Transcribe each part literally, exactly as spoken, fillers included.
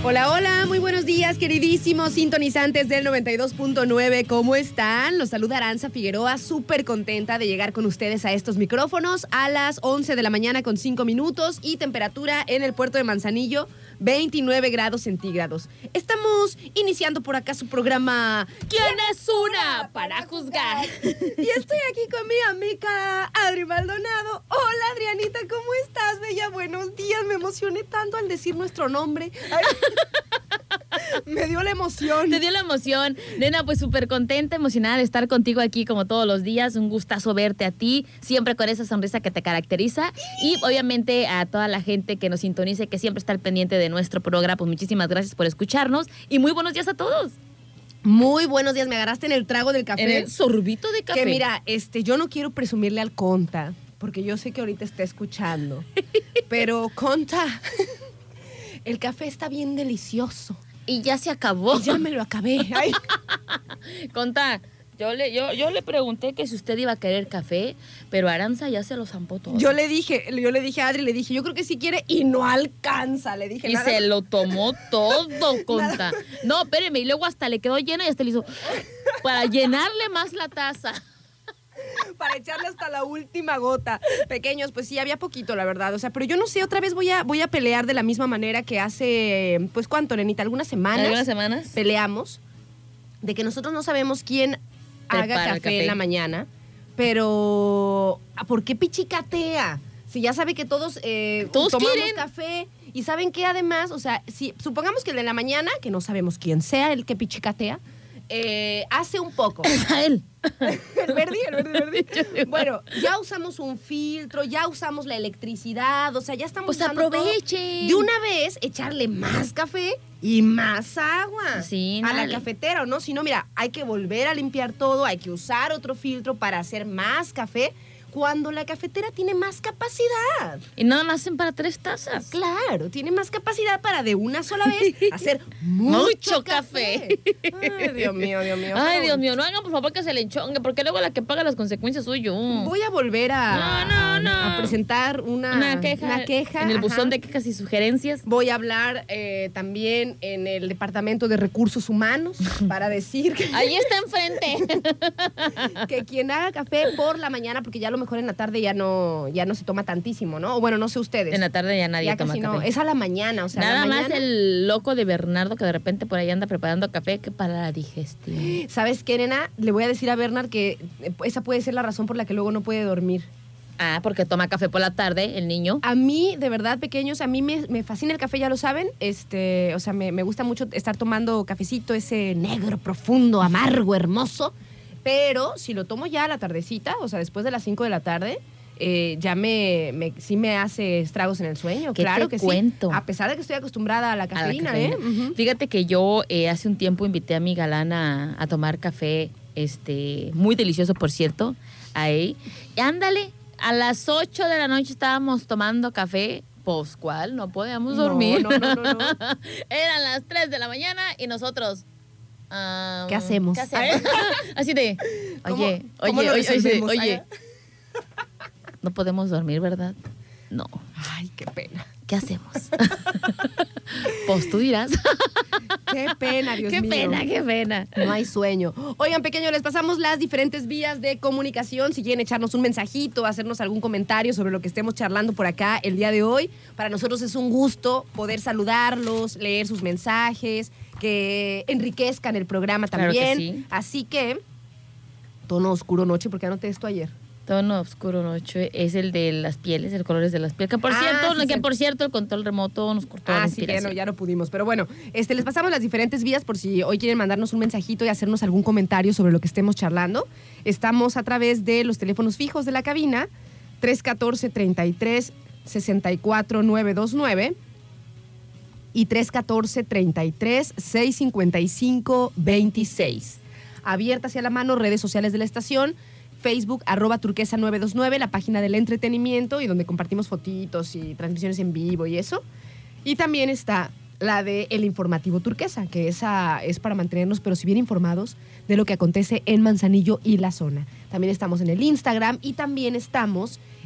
Hola, hola, muy buenos días, queridísimos sintonizantes del noventa y dos punto nueve. ¿Cómo están? Los saluda Aranza Figueroa, súper contenta de llegar con ustedes a estos micrófonos a las once de la mañana con cinco minutos y temperatura en el puerto de Manzanillo, veintinueve grados centígrados. Estamos iniciando por acá su programa ¿Quién es una para juzgar? Y estoy aquí con mi amiga Adri Maldonado. Hola, Adrianita, ¿cómo estás, bella? Buenos días, me emocioné tanto al decir nuestro nombre. Ay, me dio la emoción. Te dio la emoción. Nena, pues súper contenta, emocionada de estar contigo aquí como todos los días. Un gustazo verte a ti, siempre con esa sonrisa que te caracteriza. Y obviamente a toda la gente que nos sintoniza y que siempre está al pendiente de nuestro programa, pues muchísimas gracias por escucharnos y muy buenos días a todos. Muy buenos días, me agarraste en el trago del café. En el sorbito de café. Que mira, este, yo no quiero presumirle al Conta, porque yo sé que ahorita está escuchando. Pero Conta, el café está bien delicioso. Y ya se acabó. Y ya me lo acabé. Ay. Conta, yo le, yo, yo le pregunté que si usted iba a querer café, pero Aranza ya se lo zampó todo. Yo le dije, yo le dije a Adri, le dije, yo creo que sí quiere y no alcanza, le dije. Y nada. se lo tomó todo, Conta. No, espéreme, y luego hasta le quedó llena y hasta le hizo para llenarle más la taza. Para echarle hasta la última gota. Pequeños, pues sí, había poquito, la verdad. O sea, pero yo no sé, otra vez voy a, voy a pelear de la misma manera que hace, pues, ¿cuánto, Nenita? ¿Algunas semanas? ¿Algunas semanas? Peleamos de que nosotros no sabemos quién haga café, café en la mañana, pero ¿por qué pichicatea? Si ya sabe que todos, eh, todos tomamos quieren café y saben que además, o sea, si supongamos que el de la mañana, que no sabemos quién sea el que pichicatea, eh, hace un poco. Es a él. El verde, el verde, el verde. Bueno, ya usamos un filtro, ya usamos la electricidad, o sea, ya estamos Pues usando aprovechen. todo. De una vez, echarle más café y más agua sí, a dale. la cafetera, ¿o no? Si no, mira, hay que volver a limpiar todo, hay que usar otro filtro para hacer más café cuando la cafetera tiene más capacidad. Y nada más hacen para tres tazas. Claro, tiene más capacidad para de una sola vez hacer mucho, Mucho café. café. Ay, Dios mío, Dios mío. Ay, Dios mío, no hagan por favor que se le enchongue, porque luego la que paga las consecuencias soy yo. Voy a volver a, No, no, no. a presentar una, Una queja, una queja en el ajá. buzón de quejas y sugerencias. Voy a hablar eh, también en el Departamento de Recursos Humanos para decir que, Ahí está enfrente. que quien haga café por la mañana, porque ya a lo mejor en la tarde ya no, ya no se toma tantísimo, ¿no? O bueno, no sé ustedes. En la tarde ya nadie ya toma casi café. no, es a la mañana, o sea, Nada a la más mañana. el loco de Bernardo que de repente por ahí anda preparando café que para la digestión. ¿Sabes qué, nena? Le voy a decir a Bernard que esa puede ser la razón por la que luego no puede dormir. Ah, porque toma café por la tarde, el niño. A mí, de verdad, pequeños, a mí me, me fascina el café, ya lo saben. Este, o sea, me, me gusta mucho estar tomando cafecito, ese negro, profundo, amargo, hermoso. Pero si lo tomo ya a la tardecita, o sea, después de las cinco de la tarde, eh, ya me, me sí me hace estragos en el sueño. ¿Qué Claro te que cuento? sí. A pesar de que estoy acostumbrada a la A la cafeína, cafeína. ¿eh? Uh-huh. Fíjate que yo eh, hace un tiempo invité a mi galana a, a tomar café, este, muy delicioso, por cierto, ahí. Y ándale, a las ocho de la noche estábamos tomando café. Pues, ¿cuál? No podíamos No, dormir. no, no, no, no. Eran las tres de la mañana y nosotros... Um, ¿Qué hacemos? ¿Qué hacemos? Así de, ¿Cómo- oye, cómo oye, lo oye, oye, resolvemos? oye. No podemos dormir, ¿verdad? No. Ay, qué pena. ¿Qué hacemos? Pues tú dirás. Qué pena, Dios Qué mío. pena, qué pena. No hay sueño. Oigan, pequeños, les pasamos las diferentes vías de comunicación. Si quieren echarnos un mensajito, hacernos algún comentario sobre lo que estemos charlando por acá el día de hoy. Para nosotros es un gusto poder saludarlos, leer sus mensajes, que enriquezcan el programa Claro que también. sí. Así que, tono oscuro noche, porque anoté esto ayer. Tono oscuro noche es el de las pieles, el color es de las pieles. Que por Ah, cierto, sí, que sí. por cierto, el control remoto nos cortó la Ah, sí, ya no, inspiración. ya no pudimos. Pero bueno, este, les pasamos las diferentes vías por si hoy quieren mandarnos un mensajito y hacernos algún comentario sobre lo que estemos charlando. Estamos a través de los teléfonos fijos de la cabina, tres uno cuatro, treinta y tres, sesenta y cuatro, nueve dos nueve y tres uno cuatro, treinta y tres, seiscientos cincuenta y cinco, veintiséis. Abierta hacia la mano, redes sociales de la estación, Facebook, arroba turquesa nueve dos nueve, la página del entretenimiento y donde compartimos fotitos y transmisiones en vivo y eso. Y también está la de El Informativo Turquesa, que esa es para mantenernos, pero si bien informados de lo que acontece en Manzanillo y la zona. También estamos en el Instagram y también estamos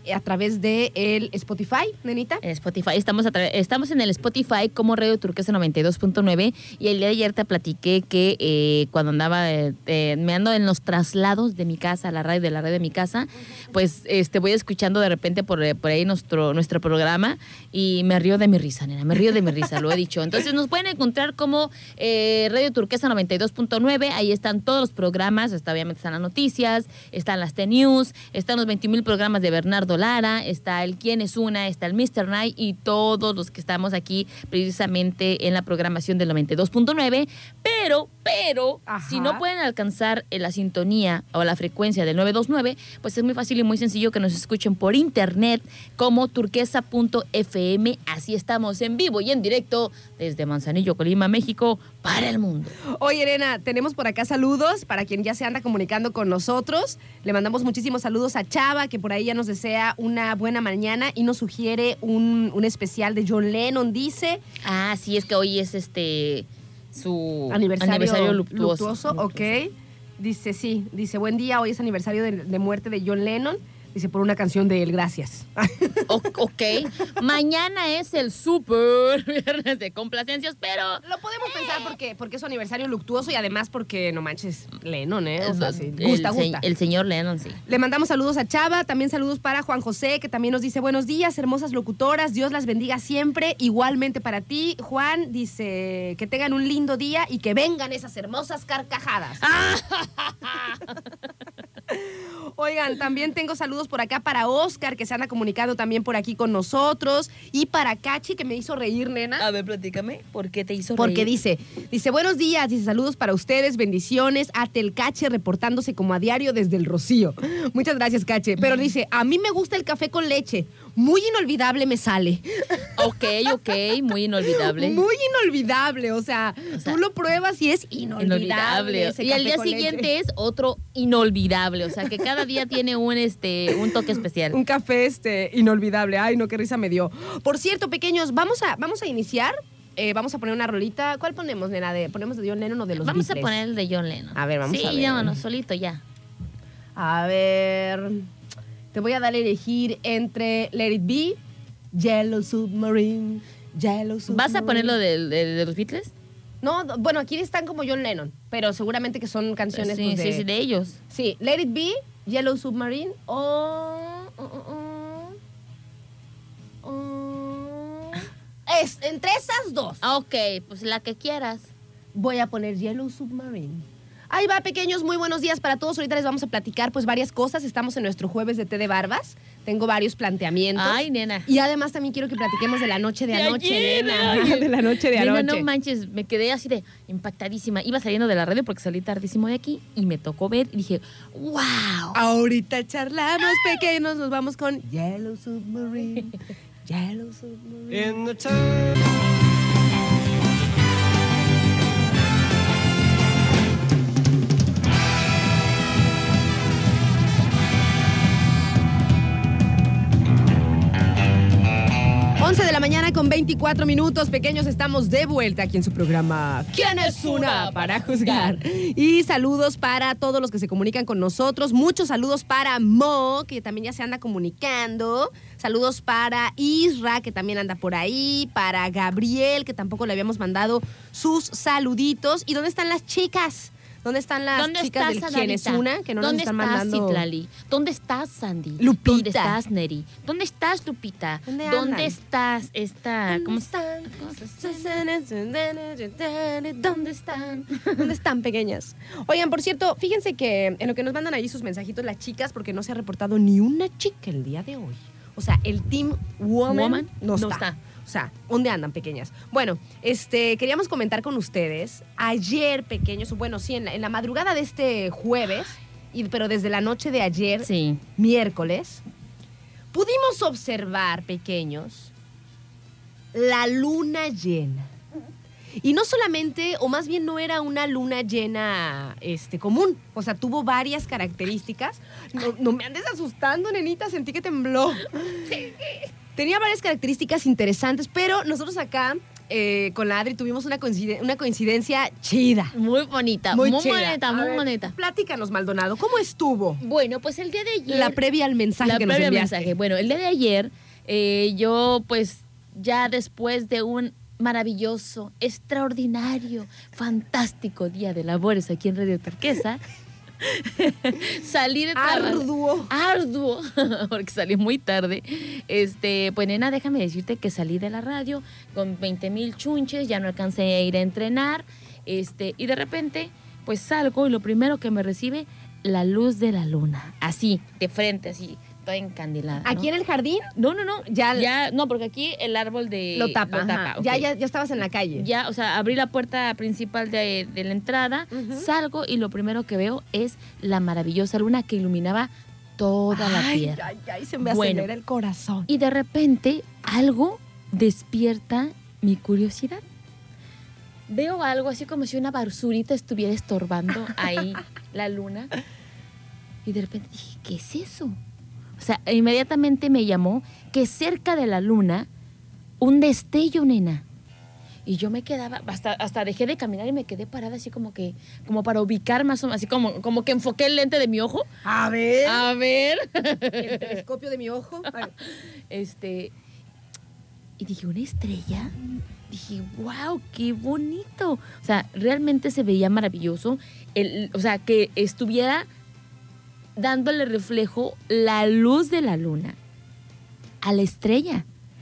a través de el Spotify, nenita. Spotify, estamos, a tra- estamos en el Spotify como Radio Turquesa noventa y dos punto nueve y el día de ayer te platiqué que eh, cuando andaba, eh, eh, me ando en los traslados de mi casa a la radio, de la radio de mi casa, pues este voy escuchando de repente por, por ahí nuestro, nuestro programa y me río de mi risa, nena, me río de mi risa, lo he dicho. Entonces nos pueden encontrar como eh, Radio Turquesa noventa y dos punto nueve, ahí están todos los programas, está, obviamente están las noticias, están las T-News, están los veintiún mil programas de Bernardo Lara, está el Quién es Una, está el mister Night y todos los que estamos aquí precisamente en la programación del noventa y dos punto nueve, pero, pero, Ajá. si no pueden alcanzar la sintonía o la frecuencia del novecientos veintinueve, pues es muy fácil y muy sencillo que nos escuchen por internet como turquesa punto f m, así estamos en vivo y en directo desde Manzanillo, Colima, México, para el mundo. Oye, Elena, tenemos por acá saludos para quien ya se anda comunicando con nosotros. Le mandamos muchísimos saludos a Chava, que por ahí ya nos desea una buena mañana y nos sugiere un, un especial de John Lennon, dice. Ah, sí, es que hoy es este su Aniversario, aniversario luctuoso. luctuoso, ok. Dice, sí, dice, buen día, hoy es aniversario de, de muerte de John Lennon. Dice, por una canción de él, gracias. O- ok, mañana es el super viernes de complacencias, pero... Lo podemos pensar porque, porque es su aniversario luctuoso y además porque, no manches, Lennon, ¿eh? O sea, sí, el, gusta, se- gusta. el señor Lennon, sí. Le mandamos saludos a Chava, también saludos para Juan José, que también nos dice, buenos días, hermosas locutoras, Dios las bendiga siempre, igualmente para ti. Juan dice, que tengan un lindo día y que vengan esas hermosas carcajadas. Oigan, también tengo saludos por acá para Oscar, que se anda comunicando también por aquí con nosotros, y para Cachi, que me hizo reír, nena. A ver, platícame, ¿por qué te hizo Porque reír? dice, dice, buenos días, dice, saludos para ustedes, bendiciones, a Telcache reportándose como a diario desde el Rocío. Muchas gracias, Cache. Pero dice, a mí me gusta el café con leche, muy inolvidable me sale. Ok, ok, muy inolvidable. Muy inolvidable, o sea, O sea, tú lo pruebas y es inolvidable. Inolvidable. ese Y al café día con siguiente leche. es otro inolvidable. O sea, que cada día tiene un, este, un toque especial. Un café este, inolvidable. Ay, no, qué risa me dio. Por cierto, pequeños, vamos a, vamos a iniciar. Eh, vamos a poner una rolita. ¿Cuál ponemos, nena? De, ¿Ponemos de John Lennon o de los Vamos Beatles? a poner el de John Lennon. A ver, vamos sí, a ver. ya, bueno, solito ya. A ver, te voy a dar a elegir entre Let It Be, Yellow Submarine, Yellow Submarine. ¿Vas a ponerlo de, de, de los Beatles? No, no, bueno, aquí están como John Lennon, pero seguramente que son canciones Sí, pues, de... sí, sí, de ellos. Sí, Let It Be, Yellow Submarine o... o- o- o- es entre esas dos. Ah, ok, pues la que quieras. Voy a poner Yellow Submarine. Ahí va, pequeños, muy buenos días para todos. Ahorita les vamos a platicar pues varias cosas. Estamos en nuestro jueves de té de barbas. Tengo varios planteamientos. Ay, nena. Y además también quiero que platiquemos de la noche de, De anoche, ayer, nena. ay. De la noche de Nena, anoche. no manches, me quedé así de impactadísima. Iba saliendo de la radio porque salí tardísimo de aquí y me tocó ver y dije, wow. Ahorita charlamos, pequeños. Nos vamos con Yellow Submarine. Yellow Submarine. In the time. once de la mañana con veinticuatro minutos, pequeños, estamos de vuelta aquí en su programa ¿Quién es una para juzgar? Y saludos para todos los que se comunican con nosotros, muchos saludos para Mo, que también ya se anda comunicando, saludos para Isra, que también anda por ahí, para Gabriel, que tampoco le habíamos mandado sus saluditos. ¿Y dónde están las chicas? ¿Dónde están las ¿Dónde chicas estás, del ¿Quién es Adalita? una? Que no nos ¿Dónde están estás, mandando... Citlali? ¿Dónde estás, Sandy? Lupita. ¿Dónde estás, Neri? ¿Dónde estás, Lupita? ¿Dónde andan? estás, esta... ¿Cómo ¿Dónde están? ¿Dónde están? ¿Dónde están, pequeñas? Oigan, por cierto, fíjense que en lo que nos mandan ahí sus mensajitos las chicas, porque no se ha reportado ni una chica el día de hoy. O sea, el Team Woman, Woman no, no está. está. O sea, ¿dónde andan, pequeñas? Bueno, este, queríamos comentar con ustedes. Ayer, pequeños, bueno, sí, en la, en la madrugada de este jueves, y, pero desde la noche de ayer, Sí. miércoles, pudimos observar, pequeños, la luna llena. Y no solamente, o más bien no era una luna llena este, común, o sea, tuvo varias características. No, no me andes asustando, nenita, sentí que tembló. Tenía varias características interesantes, pero nosotros acá eh, con la Adri tuvimos una, coinciden- una coincidencia chida. Muy bonita, Muy, muy, chida. bonita, A muy ver, bonita. Platícanos, Maldonado, ¿cómo estuvo? Bueno, pues el día de ayer... La previa al mensaje la que nos previa al enviaste. mensaje. Bueno, el día de ayer, eh, yo pues ya después de un maravilloso, extraordinario, fantástico día de labores aquí en Radio Turquesa, salí de trabajar. Arduo. Arduo, porque salí muy tarde. Este, pues nena, déjame decirte que salí de la radio con veinte mil chunches, ya no alcancé a ir a entrenar, este, y de repente, pues salgo y lo primero que me recibe, la luz de la luna, así, de frente, así, toda encandilada, ¿no? ¿Aquí en el jardín? No, no, no, Ya- ya, no, porque aquí el árbol de... Lo tapa. ajá. ok. ya, ya, ya estabas en la calle. Ya, o sea, abrí la puerta principal de, de la entrada, Ujú. salgo y lo primero que veo es la maravillosa luna que iluminaba toda la ay, tierra. ay, ay, se me Bueno. acelera el corazón. Y de repente algo despierta mi curiosidad. Veo algo así como si una basurita estuviera estorbando ahí la luna. Y de repente dije, ¿qué es eso? O sea, inmediatamente me llamó que cerca de la luna, un destello, nena. Y yo me quedaba, hasta, hasta dejé de caminar y me quedé parada así como que, como para ubicar más o menos, así como, como que enfoqué el lente de mi ojo. A ver. A ver. El telescopio de mi ojo. Ay. Este, y dije, ¿una estrella? Dije, wow, qué bonito. O sea, realmente se veía maravilloso. El, o sea, que estuviera dándole reflejo la luz de la luna a la estrella.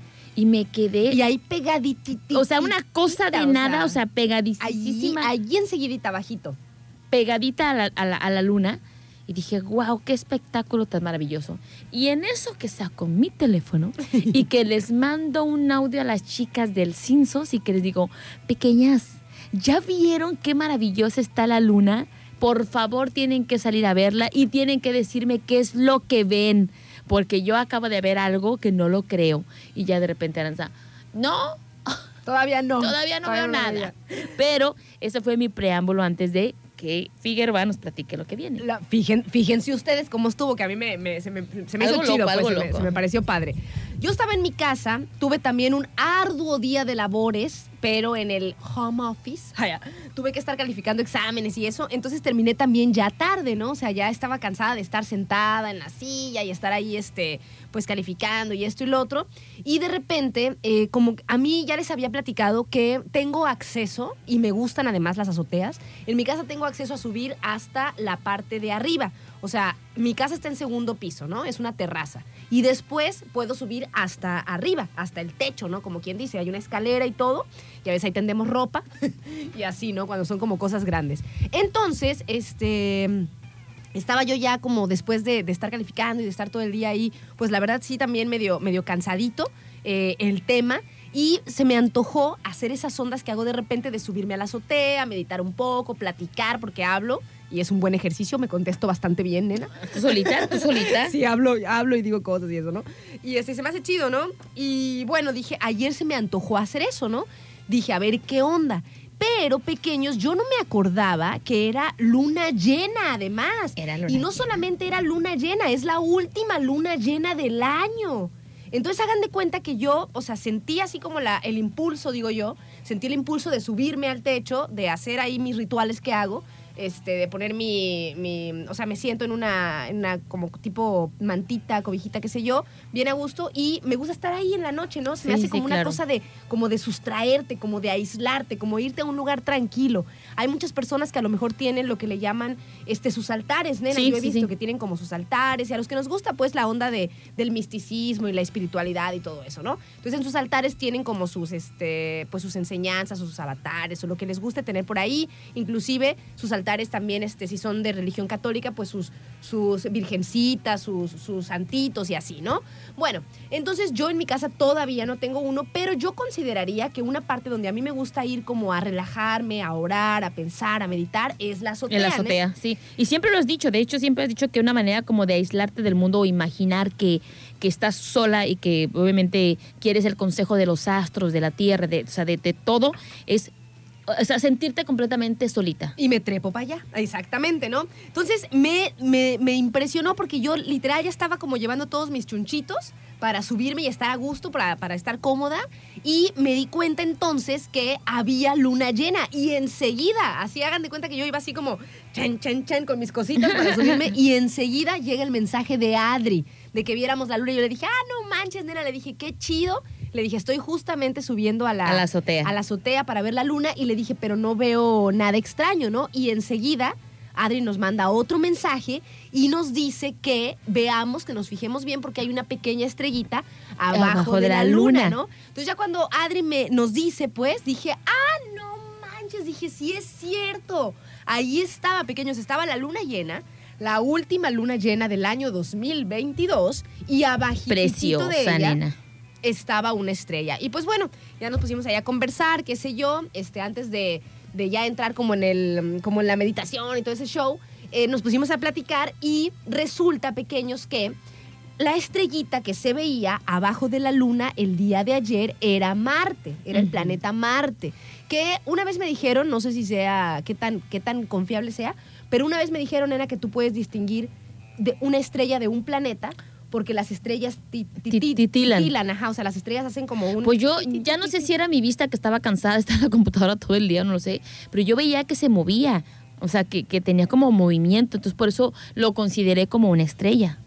Y me quedé... Y ahí pegadititita. o sea, una cosa de nada, o sea, allí, pegadísima, allí enseguidita, bajito. pegadita a la, a la- a la luna. Y dije, wow, qué espectáculo tan maravilloso. Y en eso que saco mi teléfono y que les mando un audio a las chicas del Cinsos y que les digo, pequeñas, ¿ya vieron qué maravillosa está la luna? Por favor, tienen que salir a verla y tienen que decirme qué es lo que ven, porque yo acabo de ver algo que no lo creo. Y ya de repente Aranza, no, Todavía no. todavía no veo lo nada. veía. Pero ese fue mi preámbulo antes de que Figueroa nos platique lo que viene. La- fijen- fíjense ustedes cómo estuvo, que a mí me, me- se me, se me hizo Algo chido, loco, pues, algo se, me, loco. se me pareció padre. Yo estaba en mi casa, tuve también un arduo día de labores, pero en el home office. Ay, tuve que estar calificando exámenes y eso, entonces terminé también ya tarde, ¿no? O sea, ya estaba cansada de estar sentada en la silla y estar ahí, este, pues calificando y esto y lo otro. Y de repente, eh, como a mí ya les había platicado que tengo acceso, y me gustan además las azoteas, en mi casa tengo acceso a subir hasta la parte de arriba. O sea, mi casa está en segundo piso, ¿no? Es una terraza. Y después puedo subir hasta arriba, hasta el techo, ¿no? Como quien dice, hay una escalera y todo. Y a veces ahí tendemos ropa y así, ¿no? Cuando son como cosas grandes. Entonces, este... estaba yo ya como después de, de estar calificando y de estar todo el día ahí, pues la verdad sí también medio, medio cansadito eh, el tema. Y se me antojó hacer esas ondas que hago de repente de subirme a la azotea, meditar un poco, platicar, porque hablo y es un buen ejercicio, me contesto bastante bien, nena. ¿Tú solita? ¿Tú solita? Sí, hablo, hablo y digo cosas y eso, ¿no? Y este, se me hace chido, ¿no? Y bueno, dije, ayer se me antojó hacer eso, ¿no? Dije, a ver, ¿qué onda? Pero, pequeños, yo no me acordaba que era luna llena, además. Era luna y no llena. solamente era luna llena, es la última luna llena del año. Entonces hagan de cuenta que yo, o sea, sentí así como la, el impulso, digo yo, sentí el impulso de subirme al techo, de hacer ahí mis rituales que hago, este, de poner mi, mi o sea, me siento en una, en una como tipo mantita, cobijita, qué sé yo, bien a gusto, y me gusta estar ahí en la noche, ¿no? Se me Sí, hace sí, como una claro. cosa de, como de sustraerte, como de aislarte, como irte a un lugar tranquilo. Hay muchas personas que a lo mejor tienen lo que le llaman este, sus altares, nena, Sí, yo he sí, visto sí. que tienen como sus altares, y a los que nos gusta pues la onda de, del misticismo y la espiritualidad y todo eso, ¿no? Entonces en sus altares tienen como sus, este, pues sus enseñanzas, sus avatares, o lo que les guste tener por ahí, inclusive sus altares también, este, si son de religión católica, pues sus, sus virgencitas, sus, sus santitos y así, ¿no? Bueno, entonces yo en mi casa todavía no tengo uno, pero yo consideraría que una parte donde a mí me gusta ir como a relajarme, a orar, a pensar, a meditar, es la azotea. En la ¿no? azotea, sí. Y siempre lo has dicho, de hecho, siempre has dicho que una manera como de aislarte del mundo o imaginar que, que estás sola y que obviamente quieres el consejo de los astros, de la tierra, de, o sea, de, de todo, es o sea, sentirte completamente solita. Y me trepo para allá, exactamente, ¿no? Entonces me, me, me impresionó porque yo literal ya estaba como llevando todos mis chunchitos para subirme y estar a gusto, para, para estar cómoda. Y me di cuenta entonces que había luna llena. Y enseguida, así hagan de cuenta que yo iba así como chan, chan, chan con mis cositas para subirme. Y enseguida llega el mensaje de Adri, de que viéramos la luna. Y yo le dije, ah, no manches, nena. Le dije, qué chido. Le dije, estoy justamente subiendo a la, a la azotea. A la azotea para ver la luna. Y le dije, pero no veo nada extraño, ¿no? Y enseguida Adri nos manda otro mensaje y nos dice que veamos, que nos fijemos bien porque hay una pequeña estrellita abajo, abajo de, de la, la luna, luna, ¿no? Entonces ya cuando Adri me, nos dice, pues, dije, ah, no manches, dije, sí es cierto. Ahí estaba, pequeños, estaba la luna llena, la última luna llena del año dos mil veintidós y abajito de ella nena. Estaba una estrella. Y pues bueno, ya nos pusimos ahí a conversar, qué sé yo, este, antes de... de ya entrar como en el como en la meditación y todo ese show, eh, nos pusimos a platicar y resulta, pequeños, que la estrellita que se veía abajo de la luna el día de ayer era Marte, era uh-huh. el planeta Marte, que una vez me dijeron, no sé si sea, qué tan, qué tan confiable sea, pero una vez me dijeron, era que tú puedes distinguir de una estrella de un planeta porque las estrellas ti, ti, ti, titilan. titilan, ajá, o sea, las estrellas hacen como un... Pues yo ya no sé si era mi vista que estaba cansada de estar en la computadora todo el día, no lo sé, pero yo veía que se movía, o sea, que, que tenía como movimiento, entonces por eso lo consideré como una estrella.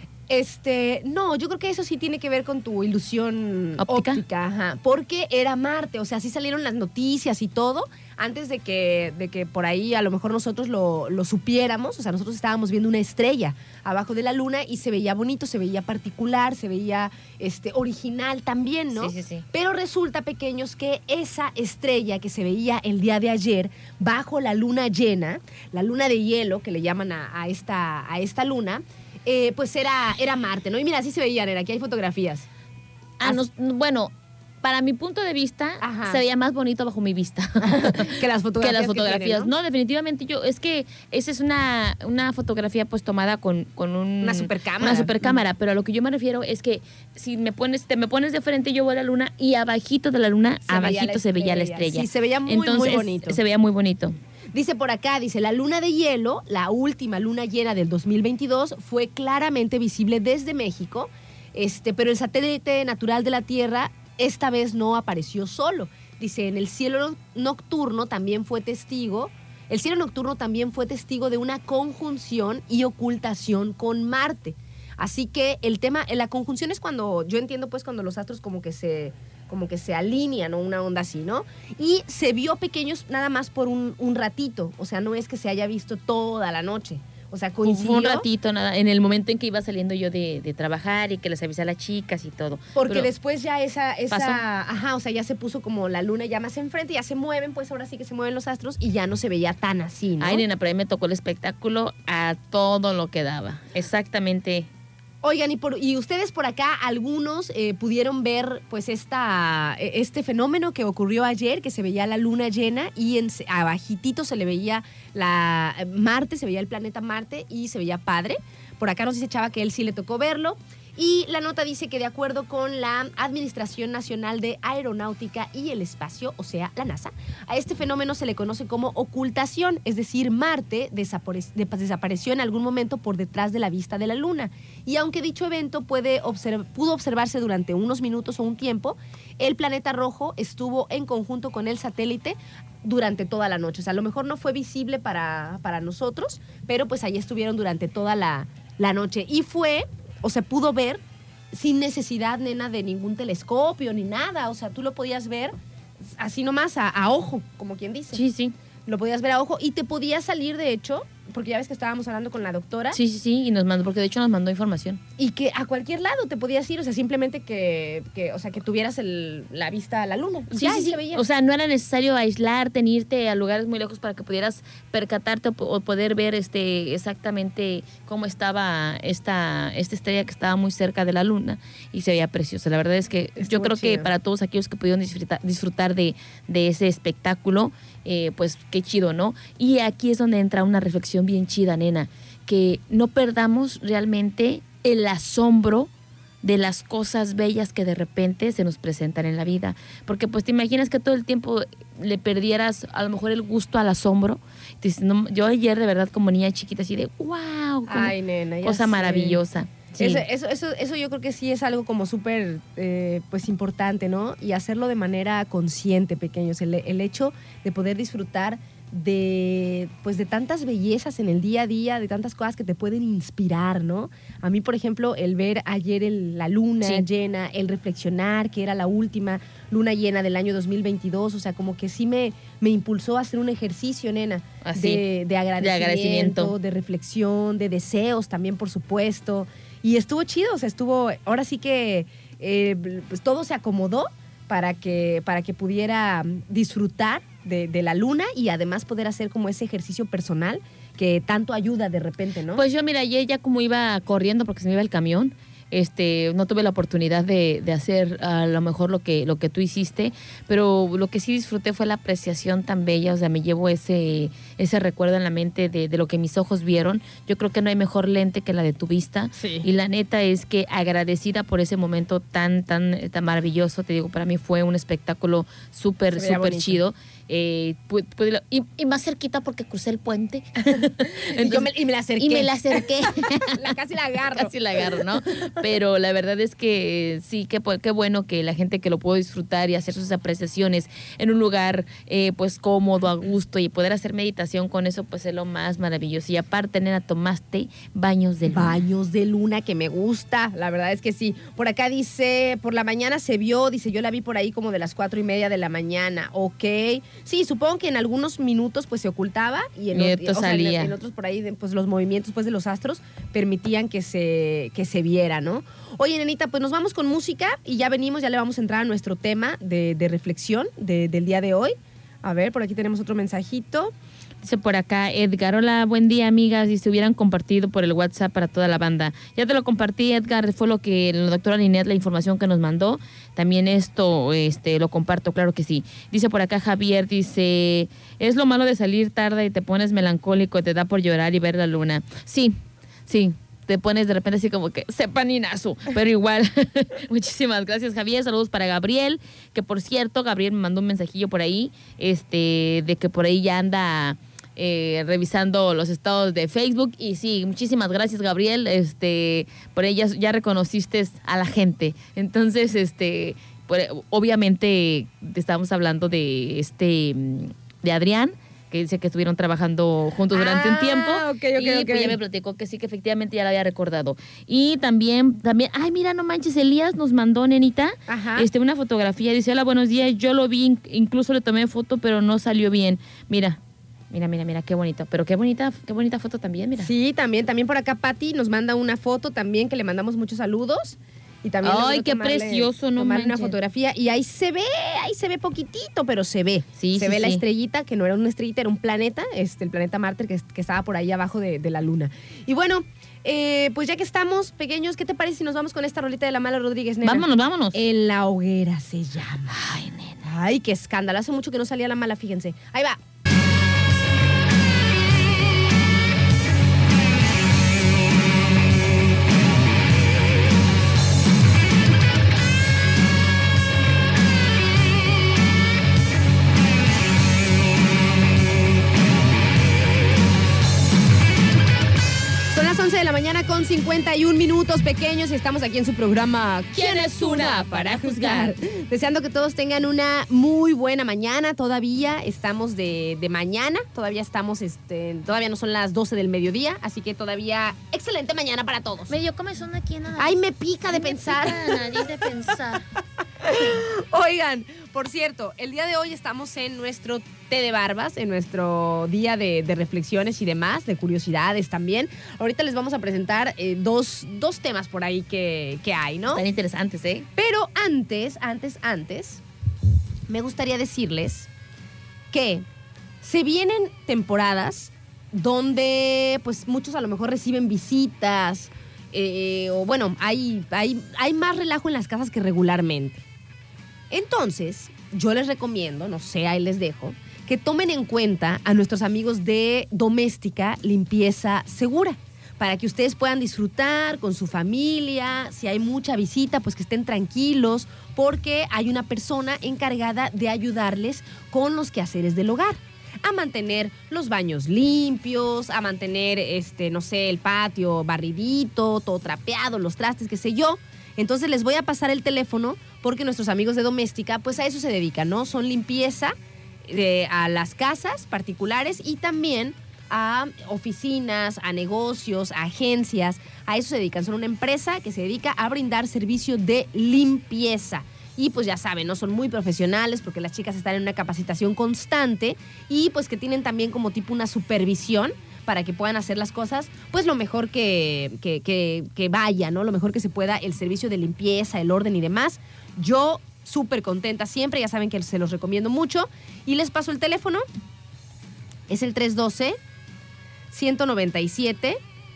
Este, no, yo creo que eso sí tiene que ver con tu ilusión óptica, óptica ajá, porque era Marte, o sea, sí salieron las noticias y todo, antes de que, de que por ahí a lo mejor nosotros lo, lo supiéramos, o sea, nosotros estábamos viendo una estrella abajo de la luna y se veía bonito, se veía particular, se veía este, original también, ¿no? Sí, sí, sí. Pero resulta, pequeños, que esa estrella que se veía el día de ayer bajo la luna llena, la luna de hielo, que le llaman a, a, esta, a esta luna, Eh, pues era, era Marte, ¿no? Y mira, así se veían, aquí hay fotografías. Ah, no, bueno, para mi punto de vista, ajá, se veía más bonito bajo mi vista. que las fotografías. Que las fotografías. Que tiene, ¿no? ¿no? No, definitivamente yo, es que esa es una, una fotografía pues tomada con, con un... Una supercámara. Una supercámara, pero a lo que yo me refiero es que si me pones, te me pones de frente, yo voy a la luna y abajito de la luna, se abajito veía se veía la estrella. Sí, se veía muy, Entonces, muy bonito. Se veía muy bonito. Dice por acá, dice, la luna de hielo, la última luna llena del dos mil veintidós, fue claramente visible desde México, este, pero el satélite natural de la Tierra esta vez no apareció solo. Dice, en el cielo nocturno también fue testigo, el cielo nocturno también fue testigo de una conjunción y ocultación con Marte. Así que el tema, la conjunción es cuando, yo entiendo pues cuando los astros como que se... como que se alinean, ¿no? Una onda así, ¿no? Y se vio, pequeños, nada más por un, un ratito. O sea, no es que se haya visto toda la noche. O sea, coincidió. Fue un ratito, nada, en el momento en que iba saliendo yo de, de trabajar y que les avisé a las chicas y todo. Porque pero después ya esa, esa ¿pasó? Ajá, o sea, ya se puso como la luna ya más enfrente, ya se mueven, pues ahora sí que se mueven los astros y ya no se veía tan así, ¿no? Ay, nena, pero ahí me tocó el espectáculo a todo lo que daba. Exactamente. Oigan, y, por, y ustedes por acá, algunos eh, pudieron ver pues esta, este fenómeno que ocurrió ayer, que se veía la luna llena y en, abajitito se le veía la Marte, se veía el planeta Marte y se veía padre. Por acá nos dice Chava que él sí le tocó verlo. Y la nota dice que de acuerdo con la Administración Nacional de Aeronáutica y el Espacio, o sea, la NASA, a este fenómeno se le conoce como ocultación, es decir, Marte desapare- desapareció en algún momento por detrás de la vista de la Luna. Y aunque dicho evento puede observ- pudo observarse durante unos minutos o un tiempo, el planeta rojo estuvo en conjunto con el satélite durante toda la noche. O sea, a lo mejor no fue visible para, para nosotros, pero pues ahí estuvieron durante toda la, la noche. Y fue... o se pudo ver sin necesidad, nena, de ningún telescopio ni nada. O sea, tú lo podías ver así nomás a, a ojo, como quien dice. Sí, sí. Lo podías ver a ojo y te podías salir, de hecho, porque ya ves que estábamos hablando con la doctora. Sí, sí, sí, y nos mandó, porque de hecho nos mandó información. Y que a cualquier lado te podías ir, o sea, simplemente que, que o sea, que tuvieras el, la vista a la luna. Sí, ya, sí, sí. se veía. O sea, no era necesario aislarte, ni irte a lugares muy lejos para que pudieras percatarte o, o poder ver este exactamente cómo estaba esta, esta estrella que estaba muy cerca de la luna y se veía preciosa. La verdad es que Estuvo yo creo chido. que para todos aquellos que pudieron disfrutar, disfrutar de, de ese espectáculo, eh, pues qué chido, ¿no? Y aquí es donde entra una reflexión bien chida, nena, que no perdamos realmente el asombro de las cosas bellas que de repente se nos presentan en la vida. Porque pues te imaginas que todo el tiempo le perdieras a lo mejor el gusto al asombro. Entonces, no, yo ayer de verdad como niña chiquita así de wow, Ay, nena, ya cosa sé. maravillosa. Sí. Eso, eso, eso, eso yo creo que sí es algo como súper eh, pues importante, ¿no? Y hacerlo de manera consciente, pequeños. El, el hecho de poder disfrutar de pues de tantas bellezas en el día a día, de tantas cosas que te pueden inspirar, ¿no? A mí, por ejemplo, el ver ayer el, la luna Sí. llena, el reflexionar que era la última luna llena del año dos mil veintidós, o sea, como que sí me, me impulsó a hacer un ejercicio, nena, Así, de, de, agradecimiento, de agradecimiento. de reflexión, de deseos también, por supuesto. Y estuvo chido, o sea, estuvo, ahora sí que eh, pues todo se acomodó para que, para que pudiera disfrutar de, de la luna y además poder hacer como ese ejercicio personal que tanto ayuda de repente, ¿no? Pues yo, mira, ayer ya como iba corriendo porque se me iba el camión, este, no tuve la oportunidad de, de hacer a lo mejor lo que, lo que tú hiciste, pero lo que sí disfruté fue la apreciación tan bella, o sea, me llevo ese, ese recuerdo en la mente de, de lo que mis ojos vieron. Yo creo que no hay mejor lente que la de tu vista. Sí. Y la neta es que agradecida por ese momento tan, tan, tan maravilloso, te digo, para mí fue un espectáculo súper, Se veía súper bonito. chido. Eh, pu- pu- y, y más cerquita porque crucé el puente. y, yo me, y me la acerqué. Y me la acerqué. la, casi la agarro. Casi la agarro, ¿no? Pero la verdad es que eh, sí, que qué bueno que la gente que lo pudo disfrutar y hacer sus apreciaciones en un lugar eh, pues cómodo, a gusto y poder hacer meditación con eso, pues es lo más maravilloso. Y aparte, nena, tomaste baños de luna. Baños de luna, que me gusta, la verdad es que sí. Por acá dice, por la mañana se vio, dice, yo la vi por ahí como de las cuatro y media de la mañana, ok. Sí, supongo que en algunos minutos pues se ocultaba y en, Y ot- esto o sea, en- salía. en otros por ahí pues los movimientos pues de los astros permitían que se, que se viera, ¿no? Oye, nenita, pues nos vamos con música y ya venimos, ya le vamos a entrar a nuestro tema de, de reflexión de- del día de hoy. A ver, por aquí tenemos otro mensajito. Dice por acá Edgar, hola, buen día, amigas, y se hubieran compartido por el WhatsApp para toda la banda. Ya te lo compartí, Edgar, fue lo que la doctora Linet, la información que nos mandó. También esto este, lo comparto, claro que sí. Dice por acá Javier, dice, es lo malo de salir tarde y te pones melancólico, te da por llorar y ver la luna. Sí, sí. Te pones de repente así como que sepaninazo, pero igual. Muchísimas gracias, Javier. Saludos para Gabriel, que por cierto, Gabriel me mandó un mensajillo por ahí, este, de que por ahí ya anda eh, revisando los estados de Facebook. Y sí, muchísimas gracias, Gabriel. Este, por ahí ya, ya reconociste a la gente. Entonces, este, por- obviamente estábamos hablando de este, de Adrián, que dice que estuvieron trabajando juntos durante Ah, un tiempo. ok, ok, y ok. pues ya me platicó que sí, que efectivamente ya lo había recordado. Y también, también, ay, mira, no manches, Elías nos mandó, nenita, Ajá. este, una fotografía. Dice, hola, buenos días, yo lo vi, in- incluso le tomé foto, pero no salió bien. Mira, mira, mira, mira, qué bonito. Pero qué bonita, qué bonita foto también, mira. Sí, también, también por acá Patti nos manda una foto también que le mandamos muchos saludos. Y también Ay, logró qué tomarle- precioso, no tomarle una manches. fotografía y ahí se ve, ahí se ve poquitito, pero se ve. Sí, se sí, ve la sí. estrellita, que no era una estrellita, era un planeta, este, el planeta Marte que, que estaba por ahí abajo de, de la luna. Y bueno, eh, pues ya que estamos pequeños, ¿qué te parece si nos vamos con esta rolita de la Mala Rodríguez, nena? Vámonos, vámonos. En la hoguera se llama. Ay, nena. Ay, qué escándalo. Hace mucho que no salía la Mala, fíjense. Ahí va. Son las once de la mañana con cincuenta y un minutos, pequeños, y estamos aquí en su programa ¿Quién es una para juzgar? Deseando que todos tengan una muy buena mañana. Todavía estamos de, de mañana, todavía estamos, este, todavía no son las doce del mediodía, así que todavía excelente mañana para todos. Medio comezón aquí en nada. Ay, me pica de pensar. nariz de pensar. Oigan, por cierto, el día de hoy estamos en nuestro té de barbas, en nuestro día de, de reflexiones y demás, de curiosidades también. Ahorita les vamos a presentar eh, dos, dos temas por ahí que, que hay, ¿no? Están interesantes, ¿eh? Pero antes, antes, antes, me gustaría decirles que se vienen temporadas donde pues muchos a lo mejor reciben visitas, eh, o bueno, hay, hay, hay más relajo en las casas que regularmente. Entonces, yo les recomiendo, no sé, ahí les dejo, que tomen en cuenta a nuestros amigos de Doméstica Limpieza Segura, para que ustedes puedan disfrutar con su familia. Si hay mucha visita, pues que estén tranquilos, porque hay una persona encargada de ayudarles con los quehaceres del hogar. a mantener los baños limpios, a mantener, este, no sé, el patio barridito, todo trapeado, los trastes, qué sé yo. Entonces les voy a pasar el teléfono porque nuestros amigos de Doméstica, pues a eso se dedican, ¿no? Son limpieza de, a las casas particulares y también a oficinas, a negocios, a agencias. A eso se dedican. Son una empresa que se dedica a brindar servicio de limpieza. Y pues ya saben, ¿no? Son muy profesionales porque las chicas están en una capacitación constante y pues que tienen también como tipo una supervisión para que puedan hacer las cosas pues lo mejor que, que, que, que vaya, ¿no? Lo mejor que se pueda, el servicio de limpieza, el orden y demás. Yo súper contenta siempre, ya saben que se los recomiendo mucho. Y les paso el teléfono. Es el tres uno dos, uno nueve siete,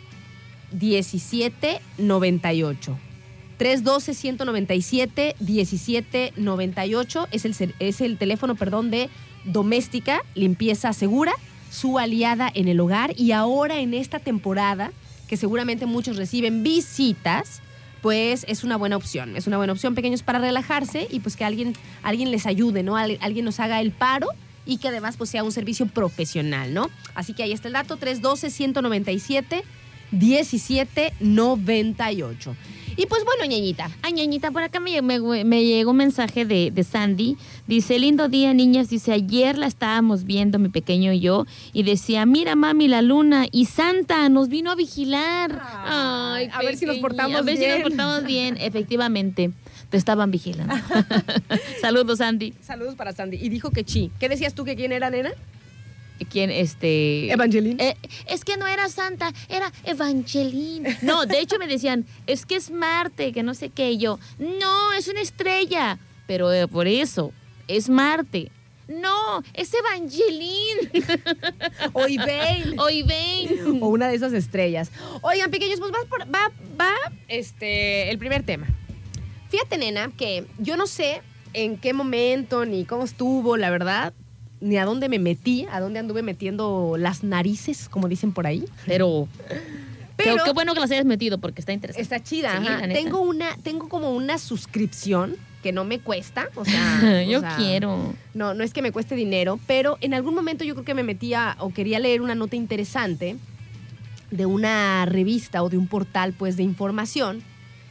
uno siete nueve ocho. tres uno dos, uno nueve siete, uno siete nueve ocho es el, es el teléfono, perdón, de Doméstica, limpieza segura, su aliada en el hogar. Y ahora en esta temporada, que seguramente muchos reciben visitas, pues es una buena opción. Es una buena opción, pequeños, para relajarse y pues que alguien, alguien les ayude, ¿no? Alguien nos haga el paro y que además pues sea un servicio profesional, ¿no? Así que ahí está el dato, tres uno dos, uno nueve siete, uno siete nueve ocho. Y pues bueno, ñañita. Ay, ñañita, por acá me, me, me llegó un mensaje de, de Sandy. Dice, lindo día, niñas. Dice, ayer la estábamos viendo, mi pequeño y yo, y decía, mira, mami, la luna y Santa nos vino a vigilar. Ay, a ver si nos portamos bien. A ver bien. si nos portamos bien. Efectivamente, te estaban vigilando. Saludos, Sandy. Saludos para Sandy. Y dijo que chi. ¿Qué decías tú que quién era, nena? ¿Quién? Este... Evangeline. Eh, es que no era Santa, era Evangeline. No, de hecho me decían, es que es Marte, que no sé qué. Y yo, no, es una estrella. Pero eh, por eso, es Marte. No, es Evangeline. O Ivain. O Ivain. O una de esas estrellas. Oigan, pequeños, pues va, por, va, va este, el primer tema. Fíjate, nena, que yo no sé en qué momento ni cómo estuvo, la verdad, ni a dónde me metí, a dónde anduve metiendo las narices, como dicen por ahí. Pero, pero qué, qué bueno que las hayas metido porque está interesante. Está chida, sí, ajá. Tengo una, tengo como una suscripción que no me cuesta, o sea, yo o sea, quiero. No, no es que me cueste dinero, pero en algún momento yo creo que me metía o quería leer una nota interesante de una revista o de un portal, pues, de información,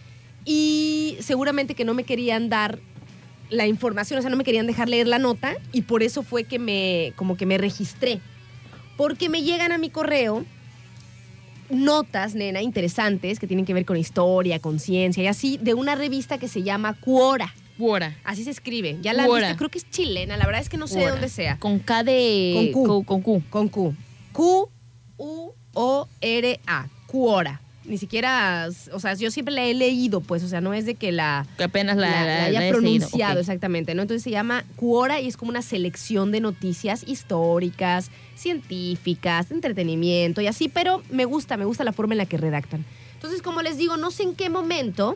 y seguramente que no me querían dar la información, o sea, no me querían dejar leer la nota y por eso fue que me, como que me registré. Porque me llegan a mi correo notas, nena, interesantes que tienen que ver con historia, con ciencia y así, de una revista que se llama Quora. Quora. Así se escribe. Ya la Quora. viste, creo que es chilena, la verdad es que no sé Quora. de dónde sea. Con K de... Con Q. Con, con Q. Con Q. Q U O R A. Quora. Ni siquiera, o sea, yo siempre la he leído, pues, o sea, no es de que la, que apenas la, la, la, la haya la pronunciado, okay. Exactamente, ¿no? Entonces se llama Quora y es como una selección de noticias históricas, científicas, de entretenimiento y así, pero me gusta, me gusta la forma en la que redactan. Entonces, como les digo, no sé en qué momento,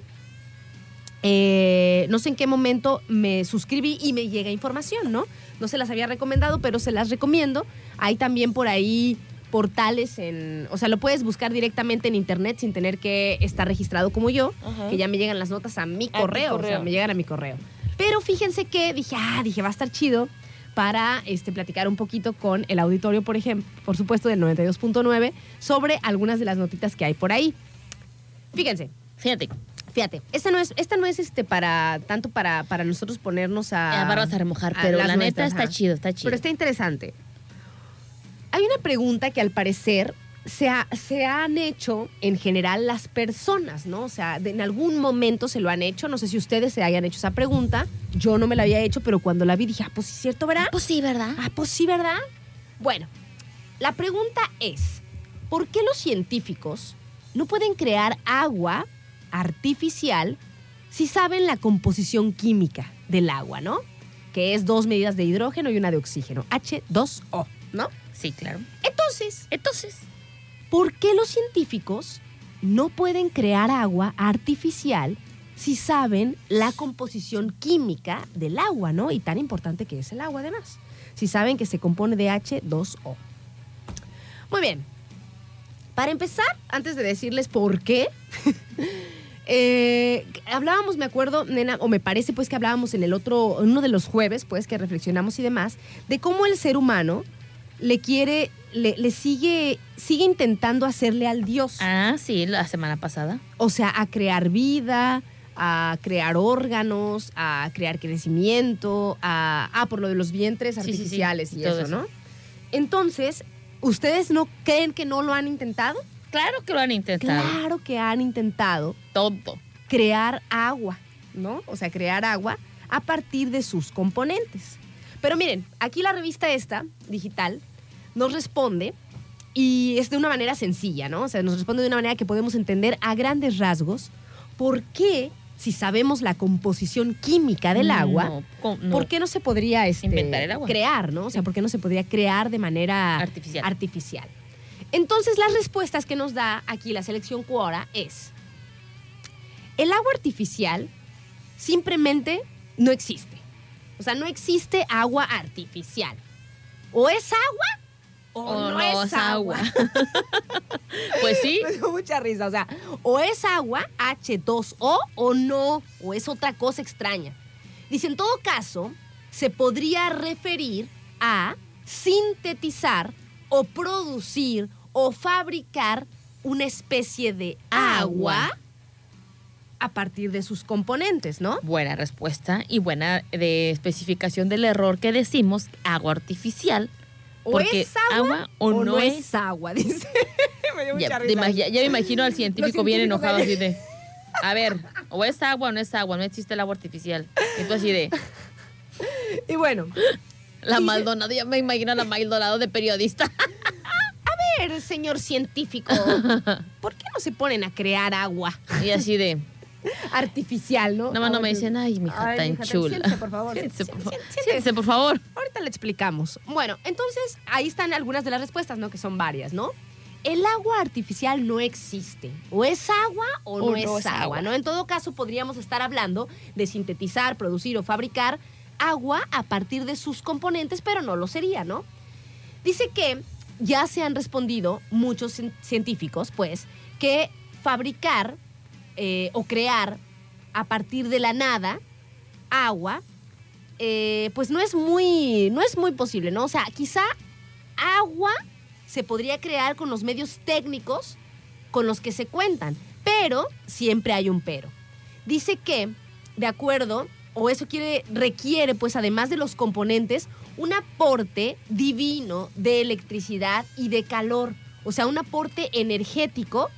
eh, no sé en qué momento me suscribí y me llega información, ¿no? No se las había recomendado, pero se las recomiendo. Hay también por ahí portales en, o sea, lo puedes buscar directamente en internet sin tener que estar registrado como yo, uh-huh. que ya me llegan las notas a mi correo, a correo, o sea, me llegan a mi correo. Pero fíjense que dije, ah, dije, va a estar chido para este, platicar un poquito con el auditorio, por ejemplo, por supuesto, del noventa y dos punto nueve, sobre algunas de las notitas que hay por ahí. Fíjense. Fíjate. Fíjate, esta no es, esta no es este para tanto para, para nosotros ponernos a... Ya, vamos a remojar, a pero la neta nuestras, está ajá. chido, está chido. Pero está interesante. Hay una pregunta que al parecer se, ha, se han hecho en general las personas, ¿no? O sea, de, en algún momento se lo han hecho. No sé si ustedes se hayan hecho esa pregunta. Yo no me la había hecho, pero cuando la vi dije, ah, pues sí, ¿cierto, verdad? Ah, pues sí, ¿verdad? Ah, pues sí, ¿verdad? Bueno, la pregunta es, ¿por qué los científicos no pueden crear agua artificial si saben la composición química del agua, ¿no? Que es dos medidas de hidrógeno y una de oxígeno, H dos O, ¿no? Sí, claro. Entonces, entonces, ¿por qué los científicos no pueden crear agua artificial si saben la composición química del agua, ¿no? Y tan importante que es el agua, además. Si saben que se compone de H dos O. Muy bien. Para empezar, antes de decirles por qué, eh, hablábamos, me acuerdo, nena, o me parece pues que hablábamos en el otro, en uno de los jueves, pues, que reflexionamos y demás, de cómo el ser humano le quiere, le, le sigue, sigue intentando hacerle al Dios. Ah, sí, la semana pasada. O sea, a crear vida, a crear órganos, a crear crecimiento, a, ah, por lo de los vientres Sí, sí, sí, artificiales y todo eso, eso. ¿no? Entonces, ¿ustedes no creen que no lo han intentado? Claro que lo han intentado. Claro que han intentado Todo. crear agua, ¿no? O sea, crear agua a partir de sus componentes. Pero miren, aquí la revista esta, digital, nos responde y es de una manera sencilla, ¿no? O sea, nos responde de una manera que podemos entender a grandes rasgos por qué, si sabemos la composición química del agua, No, co- no. ¿por qué no se podría este, Inventar el agua. crear, ¿no? O sea, ¿por qué no se podría crear de manera Artificial. artificial? Entonces, las respuestas que nos da aquí la selección Quora es: el agua artificial simplemente no existe. O sea, no existe agua artificial. O es agua o, O no, es agua. Pues sí. Me dio mucha risa. O sea, o es agua, H dos O, o no, o es otra cosa extraña. Dice, en todo caso, se podría referir a sintetizar o producir o fabricar una especie de agua, Agua. a partir de sus componentes, ¿no? Buena respuesta y buena de especificación del error que decimos, agua artificial. O Porque es agua, o, no es. agua, dice. Me dio mucha Ya, te risa. imag- ya me imagino al científico bien científicos enojado ahí. así de, a ver, o es agua o no es agua, no existe el agua artificial. Y tú así de, Y bueno, la Dice- Maldonado, ya me imagino a la Maldonado de periodista. a ver, señor científico, ¿por qué no se ponen a crear agua Y así de, artificial, no? nada más no Agua me artificial. dicen, ay, mija, Ay, tan mija, chula. siéntese, por favor. Siéntese, por favor. Siéntese. Siéntese, por favor. Ahorita le explicamos. Bueno, entonces ahí están algunas de las respuestas, ¿no? Que son varias, ¿no? El agua artificial no existe. O es agua o, no, es, agua, ¿no? En todo caso, podríamos estar hablando de sintetizar, producir o fabricar agua a partir de sus componentes, pero no lo sería, ¿no? Dice que ya se han respondido muchos cien- científicos, pues, que fabricar eh, o crear a partir de la nada agua, eh, pues no es muy, no es muy posible, ¿no? O sea, quizá agua se podría crear con los medios técnicos con los que se cuentan, pero siempre hay un pero. Dice que, de acuerdo, o eso quiere, requiere, pues además de los componentes, un aporte divino de electricidad y de calor. O sea, un aporte energético